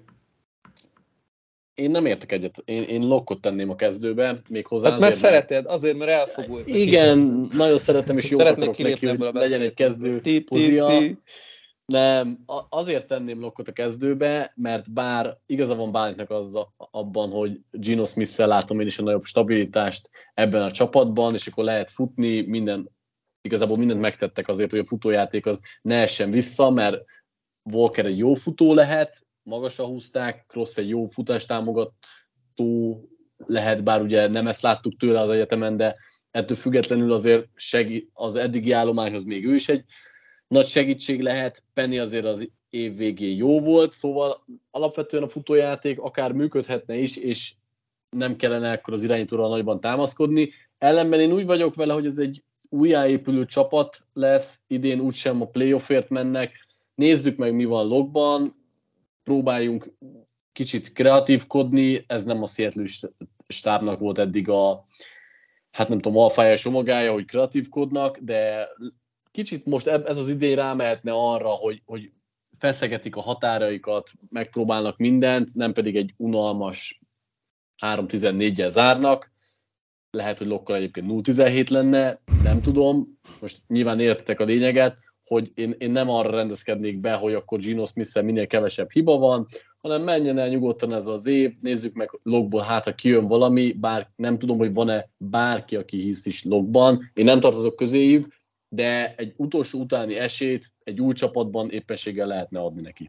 Én nem értek egyet. Én Lockot tenném a kezdőbe, méghozzá hát mert szereted, azért elfogult. Igen, nagyon szeretem, és jót akarok neki, hogy legyen egy kezdő pozícia. Nem, azért tenném Lockot a kezdőbe, mert bár igaza van Bálintnak abban, hogy Geno Smith-szel látom én is a nagyobb stabilitást ebben a csapatban, és akkor lehet futni, igazából mindent megtettek azért, hogy a futójáték az ne essen vissza, mert Walker egy jó futó lehet, magasra húzták, Cross egy jó futástámogató lehet, bár ugye nem ezt láttuk tőle az egyetemen, de ettől függetlenül azért az eddigi állományhoz még ő is egy nagy segítség lehet. Penny azért az év végén jó volt, szóval alapvetően a futójáték akár működhetne is, és nem kellene akkor az irányítóra nagyban támaszkodni. Ellenben én úgy vagyok vele, hogy ez egy újjáépülő csapat lesz, idén úgysem a playoffért mennek. Nézzük meg, mi van Lockban, próbáljunk kicsit kreatívkodni, ez nem a Seattle stábnak volt eddig alfája és omagája, hogy kreatívkodnak, de kicsit most ez az idén rámehetne arra, hogy feszegetik a határaikat, megpróbálnak mindent, nem pedig egy unalmas 3-14-jel zárnak. Lehet, hogy Lockkal egyébként 0-17 lenne, nem tudom. Most nyilván értetek a lényeget, hogy én nem arra rendezkednék be, hogy akkor Geno Smith-szel minél kevesebb hiba van, hanem menjen el nyugodtan ez az év, nézzük meg Lockból, hát ha kijön valami, bár nem tudom, hogy van-e bárki, aki hisz is Lockban. Én nem tartozok közéjük, de egy utolsó utáni esélyt egy új csapatban éppenséggel lehetne adni neki.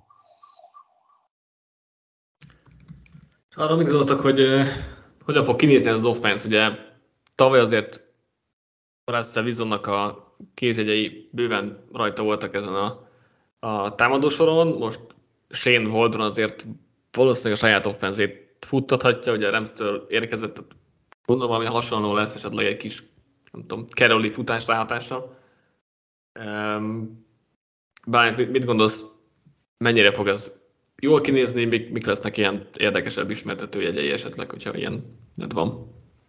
Arra mit gondoltak, hogy hogyan fog kinézni ez az offense? Ugye tavaly azért Russell Wilsonnak a kézjegyei bőven rajta voltak ezen a támadósoron. Most Shane Waldron azért valószínűleg a saját offenzét futtathatja, ugye a Rams-től érkezett, gondolom, valami hasonló lesz, esetleg egy kis, nem tudom, Caroli futás ráhatással. Bálint, mit gondolsz, mennyire fog ez jól kinézni, mik lesznek ilyen érdekesebb ismertetőjegyei esetleg, hogyha ilyen van?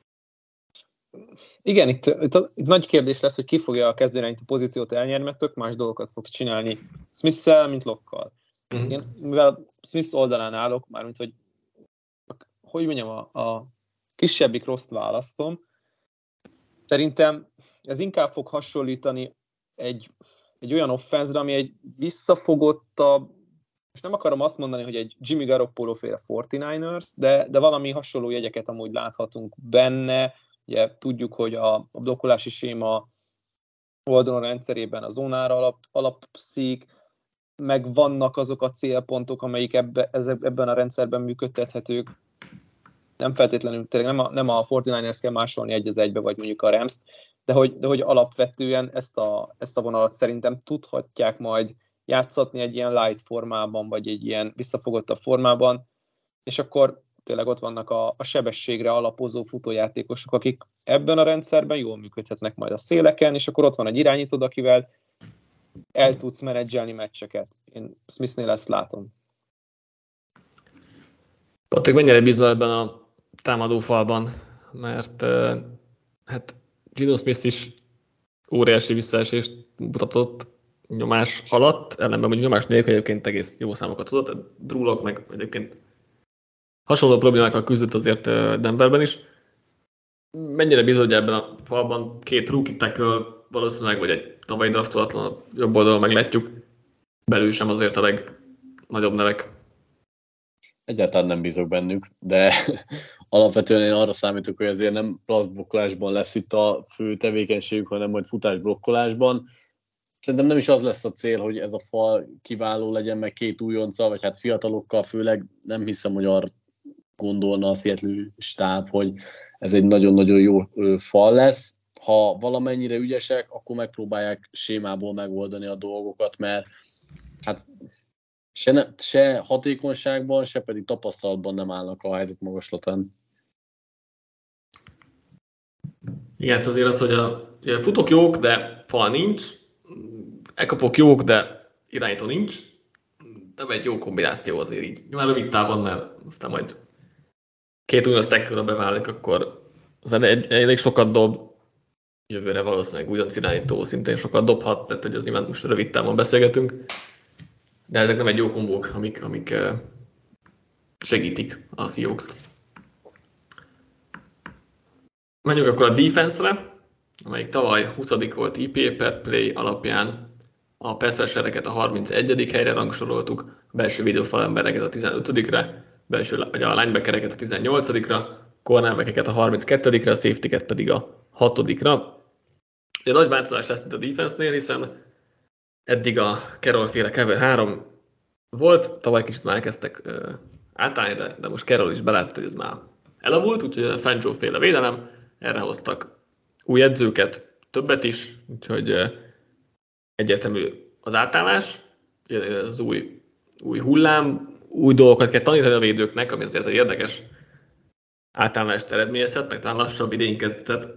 Igen, itt nagy kérdés lesz, hogy ki fogja a kezdőirányító pozíciót elnyerni, mert tök más dolgokat fog csinálni Smith-szel, mint Lockkal. Én, mivel Smith oldalán állok, mármint, hogy mondjam, a kisebbik rossz választom, szerintem ez inkább fog hasonlítani egy olyan offenzre, ami egy visszafogottabb, és nem akarom azt mondani, hogy egy Jimmy Garoppolo-féle 49ers, de valami hasonló jegyeket amúgy láthatunk benne. Ugye tudjuk, hogy a blokkolási séma Waldron rendszerében a zónára alapszik, meg vannak azok a célpontok, amelyik ebben a rendszerben működtethetők. Nem feltétlenül, tényleg nem a 49ers kell másolni egy az egybe, vagy mondjuk a Rams-t, de hogy alapvetően ezt a vonalat szerintem tudhatják majd játszatni egy ilyen light formában, vagy egy ilyen visszafogottabb formában, és akkor tényleg ott vannak a sebességre alapozó futójátékosok, akik ebben a rendszerben jól működhetnek majd a széleken, és akkor ott van egy irányítód, akivel el tudsz menedzselni meccseket. Én Smithnél ezt látom. Patrik, mennyire bízol ebben a támadófalban? Mert hát Geno Smith is óriási visszaesést mutatott nyomás alatt, ellenben mondjuk nyomás nélkül egyébként egész jó számokat tudott, Drew Lock meg egyébként hasonló problémákkal küzdött azért Denverben is. Mennyire bízol, hogy ebben a falban két rookie tackle valószínűleg, vagy egy tavalyi draftolatlan jobb oldalon meglátjuk, belül sem azért a legnagyobb nevek. Egyáltalán nem bízok bennük, de alapvetően én arra számítok, hogy azért nem passzblokkolásban lesz itt a fő tevékenységük, hanem majd futásblokkolásban. Szerintem nem is az lesz a cél, hogy ez a fal kiváló legyen, meg két újonca, vagy hát fiatalokkal főleg. Nem hiszem, hogy arra gondolna a Seattle stáb, hogy ez egy nagyon-nagyon jó fal lesz. Ha valamennyire ügyesek, akkor megpróbálják sémából megoldani a dolgokat, mert hát se hatékonyságban, se pedig tapasztalatban nem állnak a helyzet magaslatán. Igen, azért az, hogy a futók jók, de fal nincs, elkapok jók, de irányító nincs, nem egy jó kombináció azért így. Már rövid távon, mert aztán majd két újonc tackle beválik, akkor az elég sokat dob, jövőre valószínűleg ugyanaz irányító szintén sokat dobhat, tehát hogy az nyilván most rövid távon beszélgetünk, de ezek nem egy jó kombók, amik segítik a Seahawks-t. Menjünk akkor a defense-re, amelyik tavaly 20. volt IPA per play alapján. A pass rushereket a 31. helyre rangsoroltuk, a belső védőfalembereket a 15-re, vagy a linebackereket a 18-ra, cornerbackeket a 32-re, a safety-ket pedig a 6-ra. Ugye nagy változás lesz itt a defense-nél, hiszen eddig a Carroll-féle cover 3 volt, tavaly kicsit már elkezdtek átállni, de most Carroll is belátta, hogy ez már elavult, úgyhogy a Fangio-féle védelem, erre hoztak új edzőket, többet is, úgyhogy egyértelmű az átállás, az új hullám, új dolgokat kell tanítani a védőknek, ami azért egy érdekes átállást eredményezhet, meg talán lassabb idénykezdett.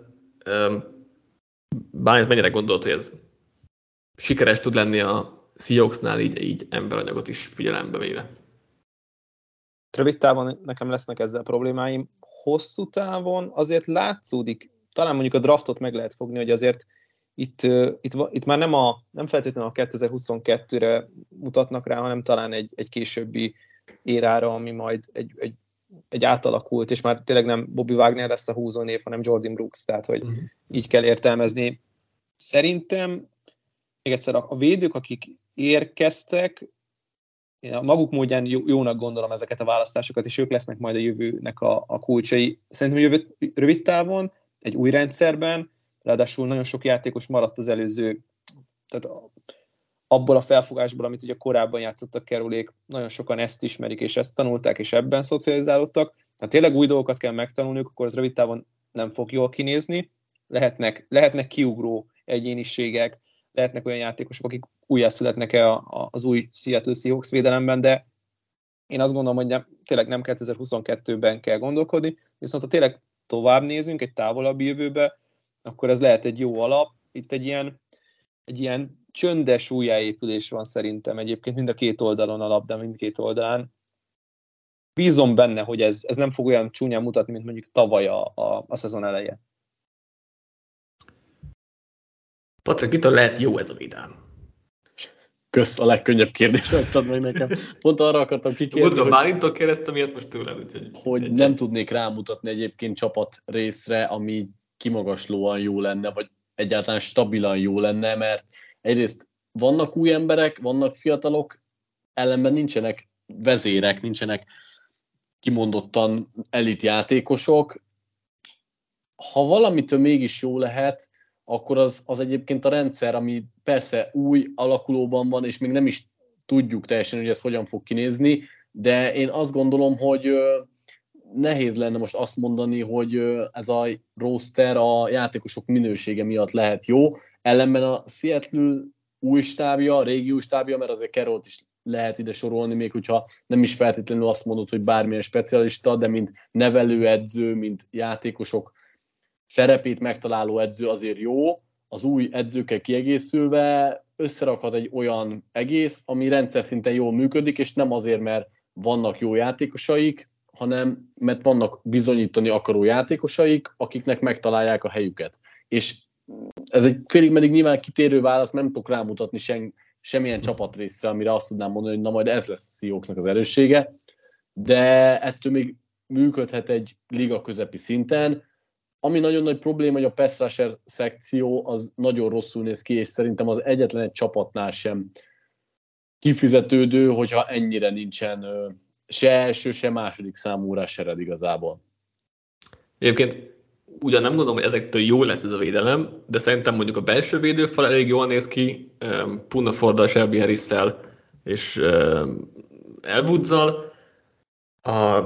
Bármit mennyire gondolt, hogy ez sikeres tud lenni a Seahawksnál, így emberanyagot is figyelembe véve? Rövid távon nekem lesznek ezzel problémáim. Hosszú távon azért látszódik, talán mondjuk a draftot meg lehet fogni, hogy azért itt már nem feltétlenül a 2022-re mutatnak rá, hanem talán egy későbbi érára, ami majd egy átalakult, és már tényleg nem Bobby Wagner lesz a húzónév, hanem Jordan Brooks, tehát hogy így kell értelmezni. Szerintem, még egyszer, a védők, akik érkeztek, én a maguk módján jónak gondolom ezeket a választásokat, és ők lesznek majd a jövőnek a kulcsai. Szerintem rövid távon, egy új rendszerben, ráadásul nagyon sok játékos maradt az előző, tehát abból a felfogásból, amit ugye korábban játszottak Carrollék, nagyon sokan ezt ismerik, és ezt tanulták, és ebben szocializálódtak. Tehát tényleg új dolgokat kell megtanulniuk, akkor az rövid távon nem fog jól kinézni. Lehetnek kiugró egyéniségek, lehetnek olyan játékosok, akik újjászületnek-e az új Seattle Seahawks védelemben, de én azt gondolom, hogy tényleg nem 2022-ben kell gondolkodni, viszont ha tényleg tovább nézünk egy távolabbi jövőbe, akkor ez lehet egy jó alap. Itt egy ilyen csöndes újjáépülés van szerintem egyébként mind a két oldalon, a labda mindkét oldalán. Bízom benne, hogy ez nem fog olyan csúnyán mutatni, mint mondjuk tavaly a szezon eleje. Patrik, mitől lehet jó ez a védelem? Kösz, a legkönnyebb kérdést adtad meg nekem. Pont arra akartam kikérni, hogy Bálintól kérdeztem ilyet most tőled. Hogy nem tudnék rámutatni egyébként csapat részre, ami kimagaslóan jó lenne, vagy egyáltalán stabilan jó lenne, mert egyrészt vannak új emberek, vannak fiatalok, ellenben nincsenek vezérek, nincsenek kimondottan elit játékosok. Ha valamitől mégis jó lehet, akkor az egyébként a rendszer, ami persze új alakulóban van, és még nem is tudjuk teljesen, hogy ez hogyan fog kinézni, de én azt gondolom, hogy nehéz lenne most azt mondani, hogy ez a roster a játékosok minősége miatt lehet jó. Ellenben a Seattle új stábja, régi új stábja, mert azért Carrollt is lehet ide sorolni, még hogyha nem is feltétlenül azt mondod, hogy bármilyen specialista, de mint nevelőedző, mint játékosok szerepét megtaláló edző azért jó, az új edzőkkel kiegészülve összerakhat egy olyan egész, ami rendszer szinten jól működik, és nem azért, mert vannak jó játékosaik, hanem mert vannak bizonyítani akaró játékosaik, akiknek megtalálják a helyüket. És ez egy félig meddig nyilván kitérő válasz, nem tudok rámutatni semmilyen csapatrészre, amire azt tudnám mondani, hogy na majd ez lesz a Seahawksnak az erőssége, de ettől még működhet egy liga közepi szinten. Ami nagyon nagy probléma, hogy a pass rusher szekció az nagyon rosszul néz ki, és szerintem az egyetlen egy csapatnál sem kifizetődő, hogyha ennyire nincsen se első, se második számú rushered igazából. Egyébként ugyan nem gondolom, hogy ezektől jó lesz ez a védelem, de szerintem mondjuk a belső védőfal elég jól néz ki, Puna Forddal, Shelby Harris-szel és Elwood-zal. A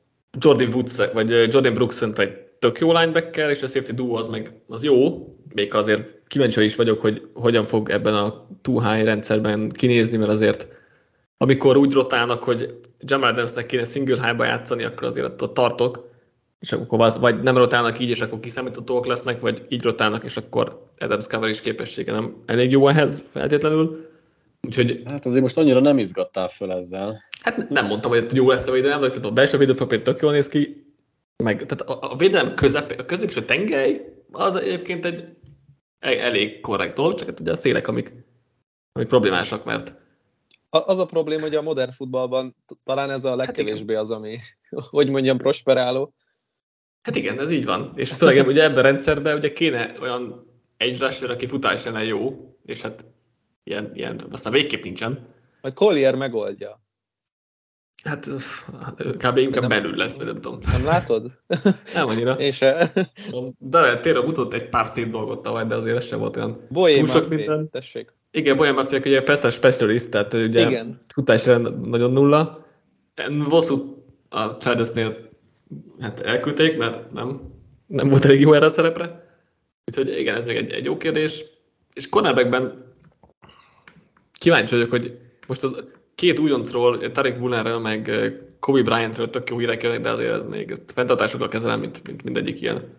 Jordan Brooks-ent egy tök jó linebacker, és a safety duo az jó, még azért kíváncsi is vagyok, hogy hogyan fog ebben a too high rendszerben kinézni, mert azért amikor úgy rotálnak, hogy Jamal Adamsnek kéne single high-ba játszani, akkor azért ott tartok, és akkor vagy nem rotálnak így, és akkor kiszámíthatóak lesznek, vagy így rotálnak, és akkor Adams coverage képessége nem elég jó ehhez feltétlenül. Úgyhogy, hát azért most annyira nem izgattál föl ezzel. Hát nem mondtam, hogy jó lesz a védelem, de szerintem a belső védőfal például tök jól néz ki, tehát a védelem a középső tengely az egyébként egy elég korrekt dolog, csak ugye a szélek, amik problémásak, mert az a probléma, hogy a modern futballban talán ez a legkevésbé az, ami, hogy mondjam, prosperáló. Hát igen, ez így van. És főleg ugye ebben a rendszerben ugye kéne olyan egy rusher, aki futás lenne jó, és hát ilyen aztán végképp nincsen. Majd Collier megoldja. Hát kb. Inkább belül lesz, vagy nem tudom. Nem látod? Nem annyira. És de tényleg mutott egy pár szép dolgot tavaly, de azért ez sem volt olyan túl sok minden. Tessék. Igen, Boyan Murphy, ugye pass specialist, tehát ugye igen. Futásra nagyon nulla. Vosszú a Chargersnél hát elküldték, mert nem volt elég jó erre a szerepre. Úgyhogy igen, ez még egy jó kérdés. És cornerbackben kíváncsi vagyok, hogy most az két újoncról, Tariq Woolenről, meg Kobe Bryantről tök jó hírek jönnek, de azért ez még fenntartásokkal kezelem, mint mindegyik ilyen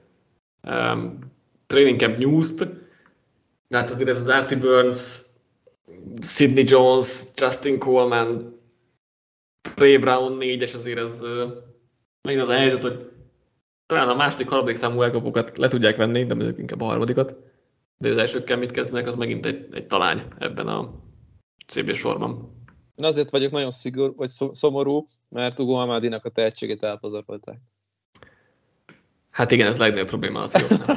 training camp news-t. Hát azért ez az Artie Burns, Sidney Jones, Justin Coleman, Trey Brown 4-es, azért ez megint az a helyzet, hogy talán a második, harmadik számú elkapókat le tudják venni, de mondjuk inkább a harmadikat. De az elsőkkel mit kezdenek, az megint egy talány ebben a CB sorban. Én azért vagyok nagyon szomorú, mert Ugo Amadinak a tehetségét elpazarolták. Hát igen, ez a legnagyobb probléma az Seahawksnál.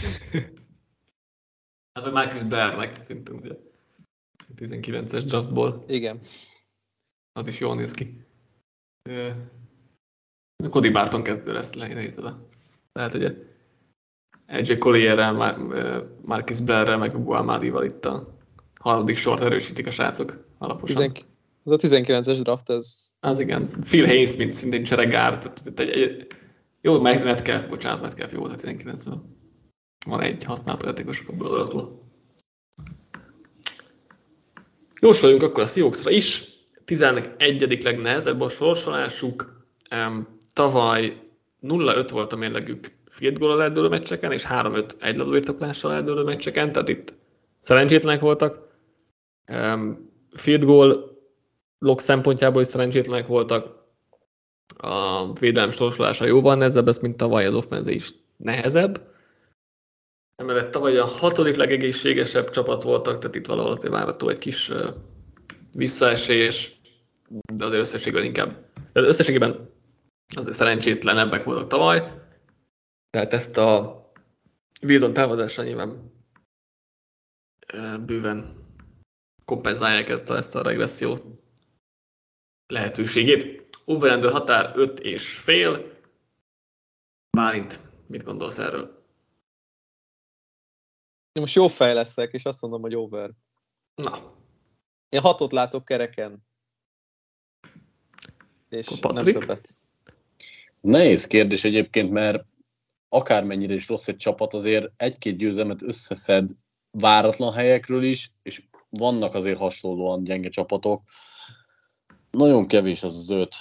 Hát a Marcus Blairnek szintén ugye 19-es draftból. Igen. Az is jól néz ki. Cody Barton kezdő lesz, nehéz oda. Tehát ugye AJ Collierrel, Marcus Blairrel, meg Ugo Amadival itt a harmadik sort erősítik a srácok alaposan. Ez a 19-es draft, ez... Az igen. Phil Haynes, mint szintén cseregár. Jó, Metcalf jó volt a 19-ben. Van egy használt játékosok abból adatból. Jósoljunk akkor a Seahawksra is. 11. legnehezebb a sorsolásuk. Tavaly 0-5 volt a mérlegük field goal-al eldőlő meccseken, és 3-5 egylabdabirtoklással eldőlő meccseken, tehát itt szerencsétlenek voltak. Field goal-ok szempontjából is szerencsétlenek voltak. A védelem sorsolása jóval nehezebb, ez mint tavaly, az offense is nehezebb. Emellett tavaly a 6. legegészségesebb csapat voltak, tehát itt valahol azért várható egy kis visszaesés, de azért összességében azért szerencsétlenebbek voltak tavaly. Tehát ezt a Wilson távozásra nyilván bőven kompenzálják ezt a regresszió lehetőségét. Over-under határ 5,5. Bálint, mit gondolsz erről? Én most jó fej leszek, és azt mondom, hogy over. Na. Én 6-ot látok kereken. És nem többet. Nehéz kérdés egyébként, mert akármennyire is rossz egy csapat, azért egy-két győzelmet összeszed váratlan helyekről is, és vannak azért hasonlóan gyenge csapatok. Nagyon kevés az 5.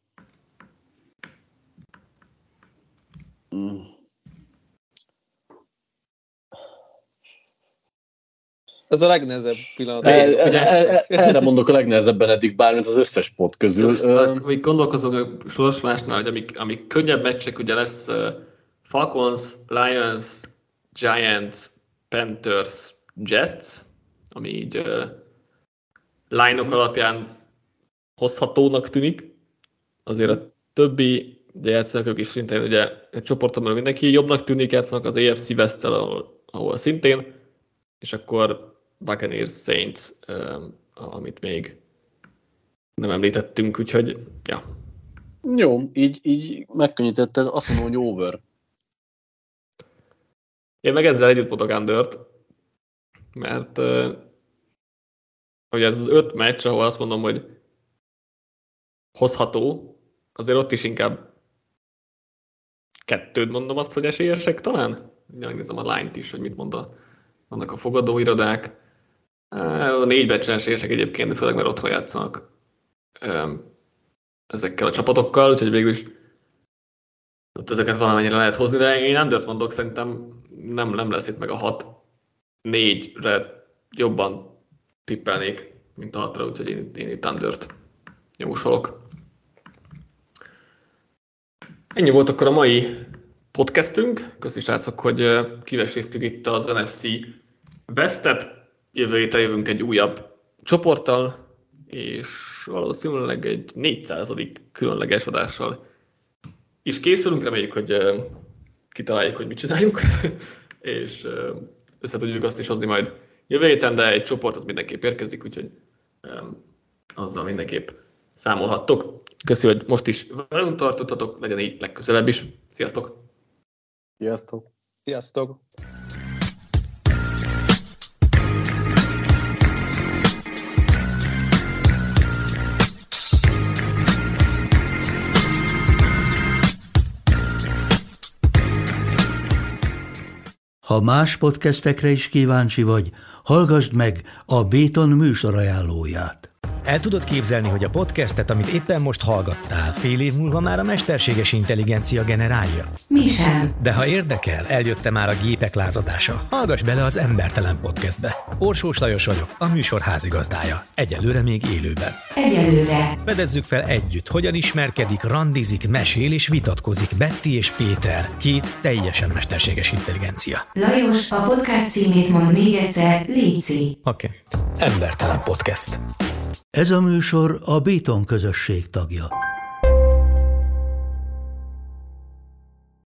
Ez a legnehezebb pillanat. Erre mondok a legnehezebben eddig, bármint az összes pot közül. Még gondolkozom a sorsolásnál, hogy amik könnyebb meccsek, ugye lesz Falcons, Lions, Giants, Panthers, Jets, ami így line-ok alapján hozhatónak tűnik. Azért a többi, ugye játszanak ők is szintén, ugye egy csoportomban mindenki jobbnak tűnik, játszanak az AFC West-tel, ahol szintén, és akkor Buccaneers, Saints, amit még nem említettünk, úgyhogy, ja. Jó, így megkönnyítetted, azt mondom, hogy over. Én meg ezzel együtt mondok undert, mert hogy ez az 5 meccs, ahol azt mondom, hogy hozható, azért ott is inkább 2-t mondom azt, hogy esélyesek talán. Megnézem a line-t is, hogy mit mond vannak a fogadóirodák. A 4 meccsen esélyesek egyébként, de főleg mert otthon játszanak ezekkel a csapatokkal, úgyhogy végül is ott ezeket valamennyire lehet hozni, de én undert mondok, szerintem nem lesz itt meg a 6-4-re jobban tippelnék, mint a 6-ra, úgyhogy én itt undert jósolok. Ennyi volt akkor a mai podcastünk. Köszi srácok, hogy kiveséztük itt az NFC Westet. Jövő héten jövünk egy újabb csoporttal, és valószínűleg egy 400. különleges adással is készülünk. Reméljük, hogy kitaláljuk, hogy mit csináljuk, és össze tudjuk azt is hozni majd jövő héten, de egy csoport az mindenképp érkezik, úgyhogy azzal mindenképp számolhattok. Köszi, hogy most is velünk tartottatok, legyen így legközelebb is. Sziasztok! Sziasztok! Sziasztok! Ha más podcastekre is kíváncsi vagy, hallgassd meg a Béton műsor ajánlóját. El tudod képzelni, hogy a podcastet, amit éppen most hallgattál, fél év múlva már a mesterséges intelligencia generálja? Mi sem. De ha érdekel, eljött már a gépek lázadása. Hallgass bele az Embertelen Podcastbe. Orsós Lajos vagyok, a műsor házigazdája. Egyelőre még élőben. Egyelőre. Fedezzük fel együtt, hogyan ismerkedik, randizik, mesél és vitatkozik Betty és Péter, 2 teljesen mesterséges intelligencia. Lajos, a podcast címét mond még egyszer, léci. Oké. Embertelen Podcast. Ez a műsor a Béton közösség tagja.